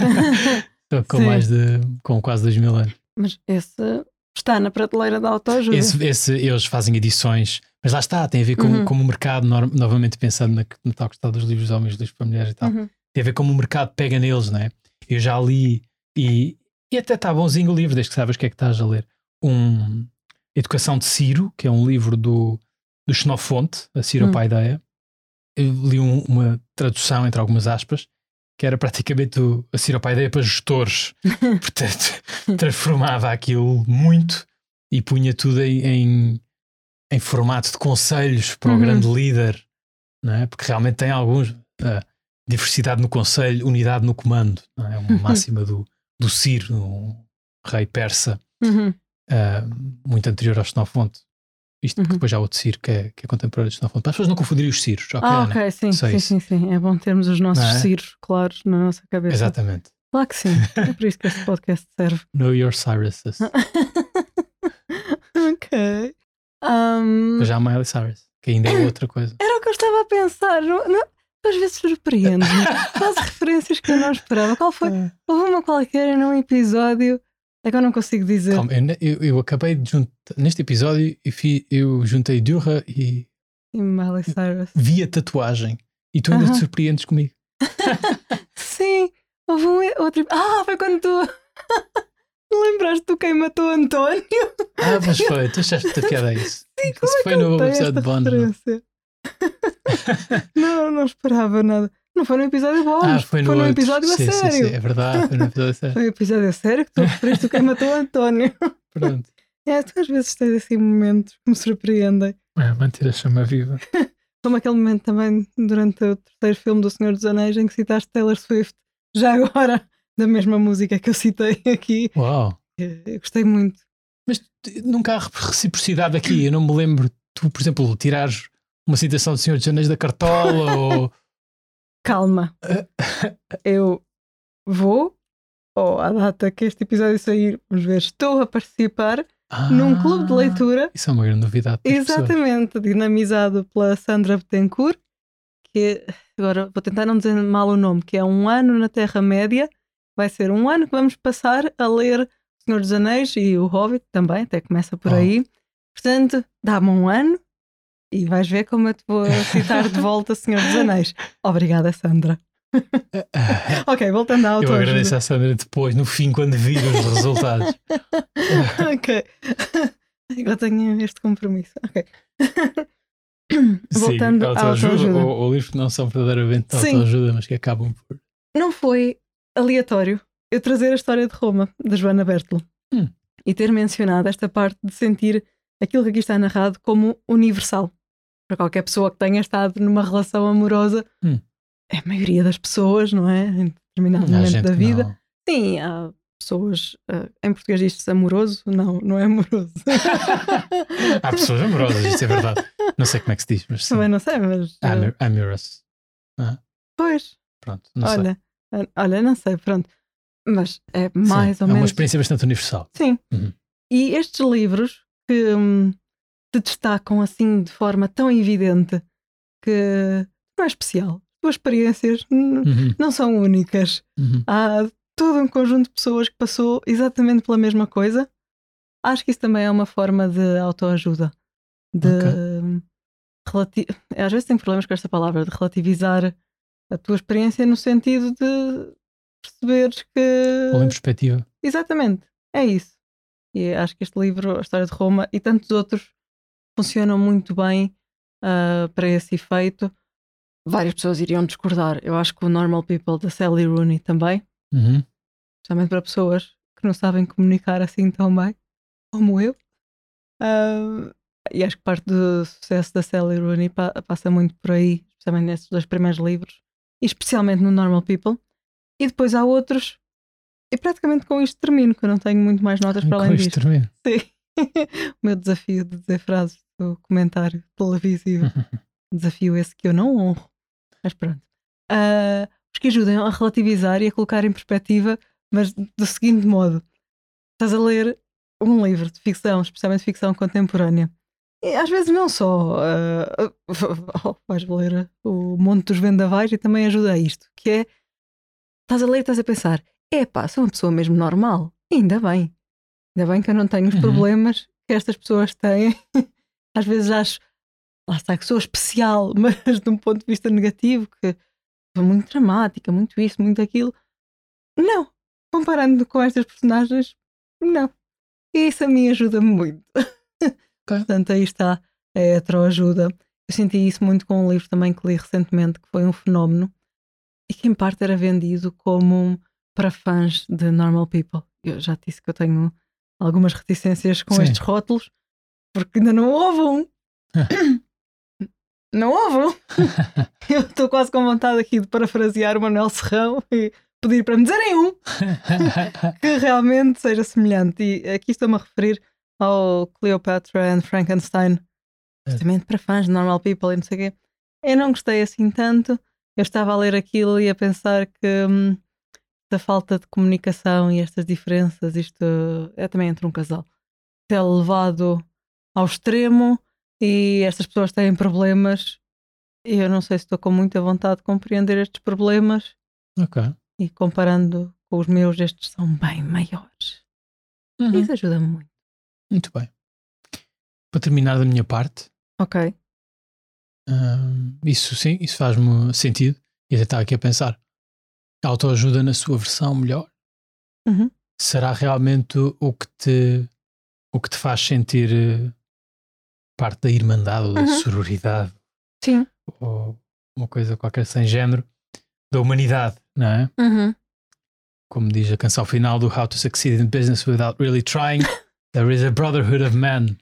Só com Sim. mais de. com quase dois mil anos. Mas esse está na prateleira da autoajuda. Esse, esse, eles fazem edições, mas lá está, tem a ver com, Uhum. com o mercado, no, novamente pensando na, na tal questão dos livros de homens, livros para mulheres e tal. Uhum. Tem a ver como o mercado pega neles, não é? Eu já li e, e até está bonzinho o livro, desde que sabes o que é que estás a ler. Um Educação de Ciro, que é um livro do, do Xenofonte, a Ciro Hum. Paideia. Eu li um, uma tradução, entre algumas aspas, que era praticamente o, a Ciro Paideia para gestores. Portanto, transformava aquilo muito e punha tudo em, em em formato de conselhos para o Uhum. grande líder, não é? Porque realmente tem alguns. Uh, diversidade no conselho, unidade no comando, não é? Uma máxima do, do Ciro, um rei persa, Uhum. uh, muito anterior ao Xenofonte. Isto porque Uhum. depois já há outro Ciro que é, que é contemporâneo de Xenofonte. Para as pessoas não confundirem os Ciros, ok? Ah, Ana? ok, sim, Só sim, isso. sim, sim. É bom termos os nossos Não é? ciros claros na nossa cabeça. Exatamente. Claro que sim. É por isso que este podcast serve. Know your Cyruses. Ok. Um, Depois já há Miley Cyrus, que ainda é outra coisa. Era o que eu estava a pensar. Não, não, às vezes surpreende-me. Faz referências que eu não esperava. Qual foi? Houve uma qualquer num episódio. É que eu não consigo dizer. Calma, eu, eu, eu acabei de juntar. Neste episódio, eu, fi, eu juntei Durra e. E Miley Cyrus. Vi a tatuagem. E tu ainda Uh-huh. te surpreendes comigo. Sim, houve um outro. Ah, foi quando tu. Lembraste do Quem Matou António? Ah, mas foi. Tu achaste que era isso? Sim, como isso é foi que no ele tem episódio de esta Bond. referência? Não, não esperava nada. Não foi no episódio bónus, Ah, foi no, foi no outro. episódio sim, a sério. Sim, sim, é verdade, foi no episódio a sério. Foi no episódio a sério que tu referiste o Quem Matou António. Pronto. É, tu às vezes tens assim momentos que me surpreendem. É, manter a chama viva. Como aquele momento também durante o terceiro filme do Senhor dos Anéis em que citaste Taylor Swift, já agora, da mesma música que eu citei aqui. Uau! Eu gostei muito. Mas nunca há reciprocidade aqui. Eu não me lembro, tu, por exemplo, tirares uma citação do Senhor dos Anéis da cartola ou. Calma. Eu vou, ou à data que este episódio sair, vamos ver, estou a participar ah, num clube de leitura. Isso é uma grande novidade. Exatamente, dinamizado pela Sandra Betancourt, que agora vou tentar não dizer mal o nome, que é Um Ano na Terra-média. Vai ser um ano que vamos passar a ler O Senhor dos Anéis e O Hobbit também, até começa por oh. aí. Portanto, dá-me um ano e vais ver como eu te vou citar de volta Senhor dos Anéis. Obrigada, Sandra. Ok, voltando à autoajuda. Eu agradeço à Sandra depois, no fim, quando vir os resultados. Ok. Agora tenho este compromisso. Ok. Voltando Sim, à autoajuda. autoajuda. Ou, ou livros que não são verdadeiramente Sim. autoajuda, mas que acabam por. Não foi aleatório eu trazer a história de Roma, da Joana Bertolo, hum. e ter mencionado esta parte de sentir aquilo que aqui está narrado como universal. Para qualquer pessoa que tenha estado numa relação amorosa, hum. é a maioria das pessoas, não é? Em determinado hum, momento da vida. Não. Sim, há pessoas, uh, em português diz-se amoroso, não, não é amoroso. Há pessoas amorosas, isso é verdade. Não sei como é que se diz, mas sim. Também não sei, mas... Amor, amorous. Ah. Pois. Pronto, não olha, sei. Olha, não sei, pronto. Mas é mais sim, ou é menos... É uma experiência bastante universal. Sim. Uhum. E estes livros que hum, te destacam assim de forma tão evidente que não é especial. As tuas experiências uhum. n- não são únicas. Uhum. Há todo um conjunto de pessoas que passou exatamente pela mesma coisa. Acho que isso também é uma forma de autoajuda. De okay. relati- Às vezes tenho problemas com esta palavra, de relativizar a tua experiência no sentido de perceberes que... Ou em perspectiva. Exatamente, é isso. E acho que este livro, A História de Roma e tantos outros, funcionam muito bem uh, para esse efeito. Várias pessoas iriam discordar. Eu acho que o Normal People da Sally Rooney também, uhum. especialmente para pessoas que não sabem comunicar assim tão bem como eu. Uh, e acho que parte do sucesso da Sally Rooney pa- passa muito por aí, especialmente nesses dois primeiros livros, e especialmente no Normal People. E depois há outros, e praticamente com isto termino, que eu não tenho muito mais notas Ai, para além com disto. isto termino. Sim. O meu desafio de dizer frases do comentário televisivo. Desafio esse que eu não honro. Mas pronto. Uh, os que ajudem a relativizar e a colocar em perspectiva, mas do seguinte modo: estás a ler um livro de ficção, especialmente ficção contemporânea. E às vezes não só uh, vais ler o Monte dos Vendavais e também ajuda a isto, que é, estás a ler e estás a pensar, epá, sou uma pessoa mesmo normal, ainda bem, ainda bem que eu não tenho os uhum. problemas que estas pessoas têm. Às vezes acho, lá está, que sou especial, mas de um ponto de vista negativo, que sou muito dramática, muito isso, muito aquilo. Não, comparando com estas personagens, não. E isso a mim ajuda-me muito. Okay. Portanto, aí está a heteroajuda. Eu senti isso muito com um livro também que li recentemente, que foi um fenómeno, e que em parte era vendido como para fãs de Normal People. Eu já disse que eu tenho algumas reticências com Sim. estes rótulos, porque ainda não houve um Não houve. Eu estou quase com vontade aqui de parafrasear o Manuel Serrão e pedir para me dizerem um que realmente seja semelhante. E aqui estou-me a referir ao Cleopatra and Frankenstein, justamente para fãs de Normal People e não sei o quê. Eu não gostei assim tanto. Eu estava a ler aquilo e a pensar que hum, a falta de comunicação e estas diferenças, isto é também entre um casal, é levado ao extremo e estas pessoas têm problemas e eu não sei se estou com muita vontade de compreender estes problemas. Ok. E comparando com os meus, estes são bem maiores. Uhum. Isso ajuda-me muito. Muito bem. Para terminar da minha parte, Ok. hum, isso sim, isso faz-me sentido. E até estava aqui a pensar, a autoajuda na sua versão melhor Uhum. será realmente o que te, o que te faz sentir eh, parte da irmandade ou da Uhum. sororidade Sim. ou uma coisa qualquer sem género da humanidade, não é? Uhum. Como diz a canção final do How to Succeed in Business Without Really Trying, there is a brotherhood of men.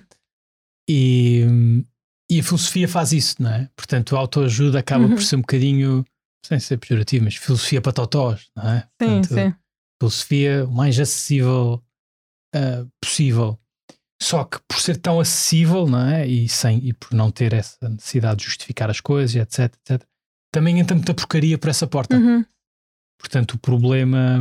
e, e a filosofia faz isso, não é? Portanto, a autoajuda acaba Uhum. por ser um bocadinho, sem ser pejorativo, mas filosofia para totós, não é? Sim, Portanto, sim. filosofia o mais acessível uh, possível. Só que por ser tão acessível, não é? E, sem, e por não ter essa necessidade de justificar as coisas, etc, etc, também entra muita porcaria por essa porta. Uhum. Portanto, o problema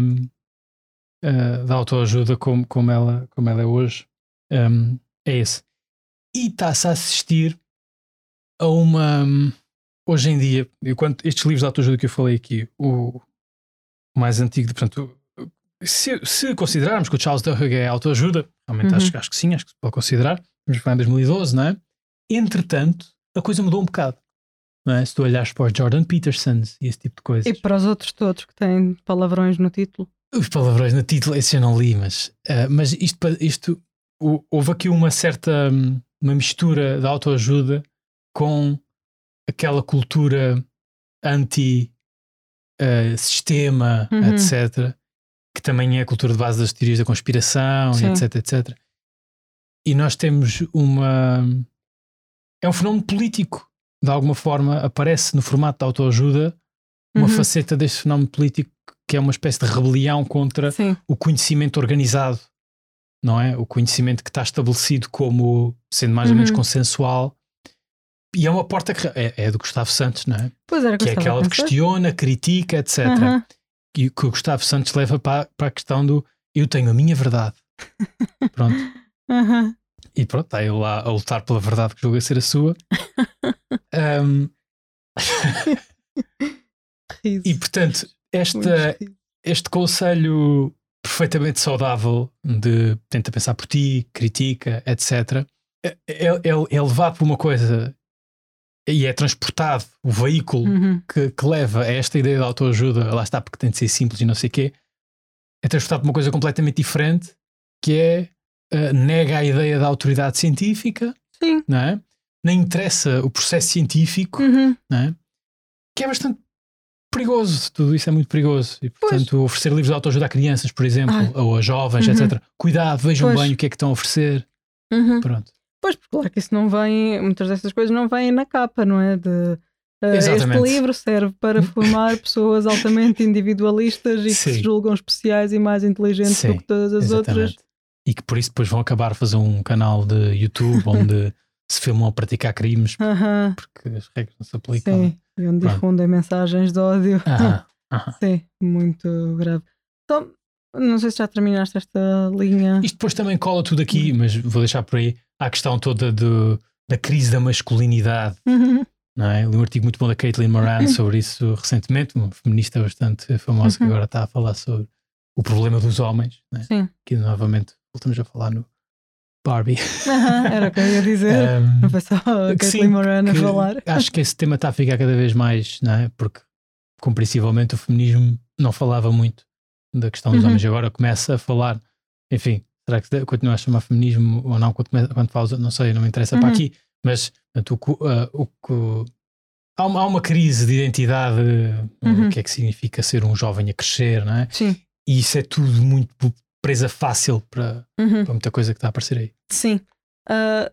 uh, da autoajuda como, como, ela, como ela é hoje um, é esse. E está-se a assistir a uma... Hoje em dia, enquanto estes livros de autoajuda que eu falei aqui, o mais antigo, portanto, se, se considerarmos que o Charles Duhigg é autoajuda, realmente Uhum. acho, acho que sim, acho que se pode considerar. Estamos a falar em dois mil e doze, não é? Entretanto, a coisa mudou um bocado. Não é? Se tu olhares para o Jordan Peterson e esse tipo de coisas. E para os outros todos que têm palavrões no título. Os palavrões no título, esse eu não li, mas, uh, mas isto, isto o, houve aqui uma certa uma mistura de autoajuda com aquela cultura anti-sistema, uh, Uhum. etcétera, que também é a cultura de base das teorias da conspiração, Sim. etc, etcétera. E nós temos uma... É um fenómeno político, de alguma forma, aparece no formato de autoajuda uma Uhum. faceta deste fenómeno político que é uma espécie de rebelião contra Sim. o conhecimento organizado, não é? O conhecimento que está estabelecido como sendo mais Uhum. ou menos consensual. E é uma porta que é, é do Gustavo Santos, não é? Pois era que, que é aquela que questiona, critica, etcétera. Uhum. E que o Gustavo Santos leva para, para a questão do eu tenho a minha verdade. Pronto. Uhum. E pronto, está ele lá a lutar pela verdade que julga ser a sua. um... e portanto, esta, este conselho perfeitamente saudável de tenta pensar por ti, critica, etcétera, é, é, é levado por uma coisa e é transportado o veículo uhum. que, que leva a esta ideia de autoajuda, lá está, porque tem de ser simples e não sei o quê, é transportado por uma coisa completamente diferente, que é uh, nega a ideia da autoridade científica. Sim. Não é? Nem interessa o processo científico, uhum. não é? Que é bastante perigoso, tudo isso é muito perigoso. E portanto, pois. Oferecer livros de autoajuda a crianças, por exemplo, Ai. ou a jovens, uhum. etcétera. Cuidado, vejam pois. bem o que é que estão a oferecer. Uhum. Pronto. Pois, porque claro que isso não vem, muitas dessas coisas não vêm na capa, não é? De, uh, este livro serve para formar pessoas altamente individualistas e Sim. que se julgam especiais e mais inteligentes Sim, do que todas as exatamente. outras. E que por isso depois vão acabar a fazer um canal de YouTube onde se filmam a praticar crimes, uh-huh. porque as regras não se aplicam. Sim, e onde Pronto. difundem mensagens de ódio. Uh-huh. Uh-huh. Sim, muito grave. Então, não sei se já terminaste esta linha. Isto depois também cola tudo aqui, mas vou deixar por aí. Há a questão toda do, da crise da masculinidade. Uhum. Não é? Li um artigo muito bom da Caitlin Moran sobre isso recentemente, uma feminista bastante famosa uhum. que agora está a falar sobre o problema dos homens. Não é? Sim. Que novamente voltamos a falar no Barbie. Uhum, era o que eu ia dizer. Um, não foi só a Caitlin Moran a falar. Acho que esse tema está a ficar cada vez mais, não é? Porque compreensivelmente o feminismo não falava muito da questão dos uhum. homens, agora começa a falar. Enfim, será que continua a chamar feminismo ou não quando, quando fala, não sei, não me interessa uhum. para aqui, mas portanto, o, uh, o, o, há, uma, há uma crise de identidade, uhum. o que é que significa ser um jovem a crescer, não é? Sim. E isso é tudo muito presa fácil para, uhum. para muita coisa que está a aparecer aí. Sim. Uh,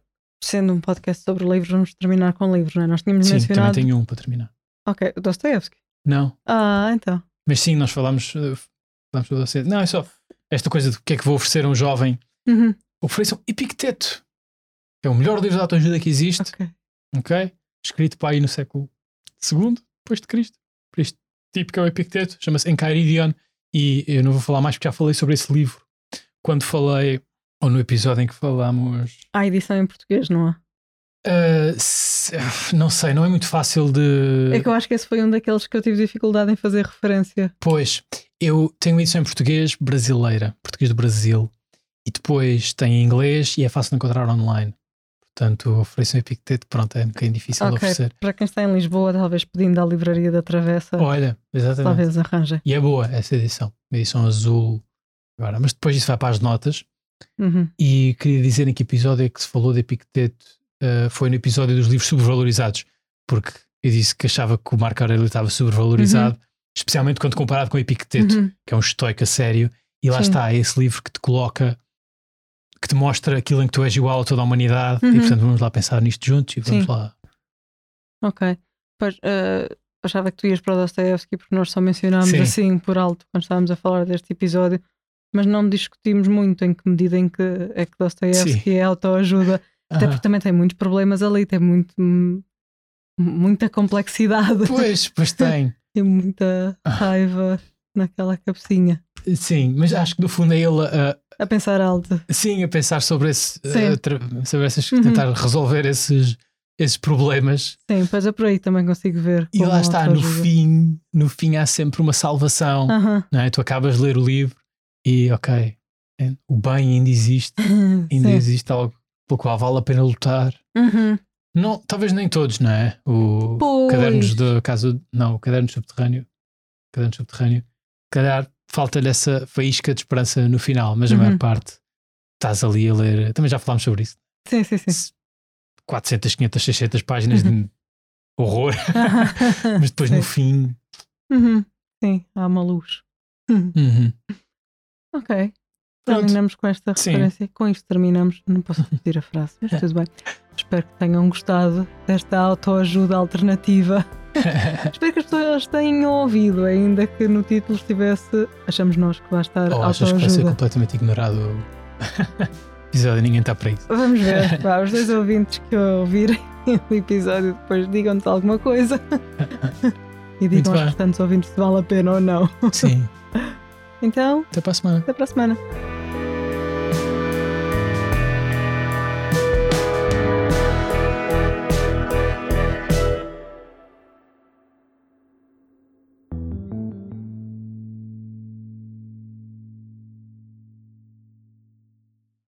sendo um podcast sobre livros, vamos terminar com livros, não é? Nós tínhamos Sim, mencionado. também tenho um para terminar. Ok, o Dostoevsky. Não. Ah, então. Mas sim, nós falámos, uh, falámos sobre você. Não, é só esta coisa de o que é que vou oferecer a um jovem. Uhum. Ofereçam Epicteto, que é o melhor livro de autoajuda que existe. Ok. Ok? Escrito para aí no século segundo, depois de Cristo. Por este tipo que é o Epicteto, chama-se Enchiridion. E eu não vou falar mais porque já falei sobre esse livro quando falei, ou no episódio em que falámos. Há edição em português, não há? Uh, se, não sei, não é muito fácil de. É que eu acho que esse foi um daqueles que eu tive dificuldade em fazer referência. Pois, eu tenho edição em português brasileira, português do Brasil, e depois tem em inglês e é fácil de encontrar online. Portanto, ofereço um Epicteto, pronto, é um bocadinho difícil Ok, de oferecer. para quem está em Lisboa, talvez pedindo à livraria da Travessa, Olha, exatamente. talvez arranje. E é boa essa edição, uma edição azul. Agora, mas depois isso vai para as notas. Uhum. E queria dizer em que episódio é que se falou de Epicteto. Uh, foi no episódio dos livros sobrevalorizados, porque eu disse que achava que o Marco Aurélio estava sobrevalorizado, uhum. especialmente quando comparado com Epicteto, uhum. que é um estoico a sério. E lá Sim. está, é esse livro que te coloca, que te mostra aquilo em que tu és igual a toda a humanidade. Uhum. E portanto vamos lá pensar nisto juntos e vamos Sim. lá. Ok, pois uh, achava que tu ias para o Dostoevsky porque nós só mencionámos Sim. assim por alto quando estávamos a falar deste episódio, mas não discutimos muito em que medida em que é que Dostoevsky Sim. é autoajuda, uh-huh. até porque também tem muitos problemas ali, tem muito, muita complexidade. Pois, pois tem. E muita raiva naquela cabecinha. Sim, mas acho que no fundo é ele a, a pensar alto. Sim, a pensar sobre, esse, a, sobre essas, uhum. tentar resolver esses, esses problemas. Sim, pois é por aí também consigo ver. E lá está, no fim, no fim há sempre uma salvação. Uhum. Não é? Tu acabas de ler o livro e ok, o bem ainda existe, ainda Sim. existe algo pelo qual vale a pena lutar. Uhum. Não, talvez nem todos, não é? O pois. Cadernos do caso, não, o Caderno Subterrâneo, Caderno Subterrâneo, calhar falta-lhe essa faísca de esperança no final, mas a uhum. maior parte estás ali a ler. Também já falámos sobre isso. Sim, sim, sim. quatrocentas, quinhentas, seiscentas páginas uhum. de horror, mas depois sim. no fim. Uhum. Sim, há uma luz. Uhum. Ok. Terminamos com esta referência. Sim. Com isto terminamos. Não posso repetir a frase, mas tudo bem. Espero que tenham gostado desta autoajuda alternativa. Espero que as pessoas tenham ouvido, ainda que no título estivesse achamos nós que vai estar Ou autoajuda. achas que vai ser completamente ignorado o episódio, ninguém está para isso. Vamos ver. Vá, os dois ouvintes que ouvirem o episódio depois digam-te alguma coisa e digam aos restantes ouvintes se vale a pena ou não. Sim. Então, até para a semana. Até para a semana.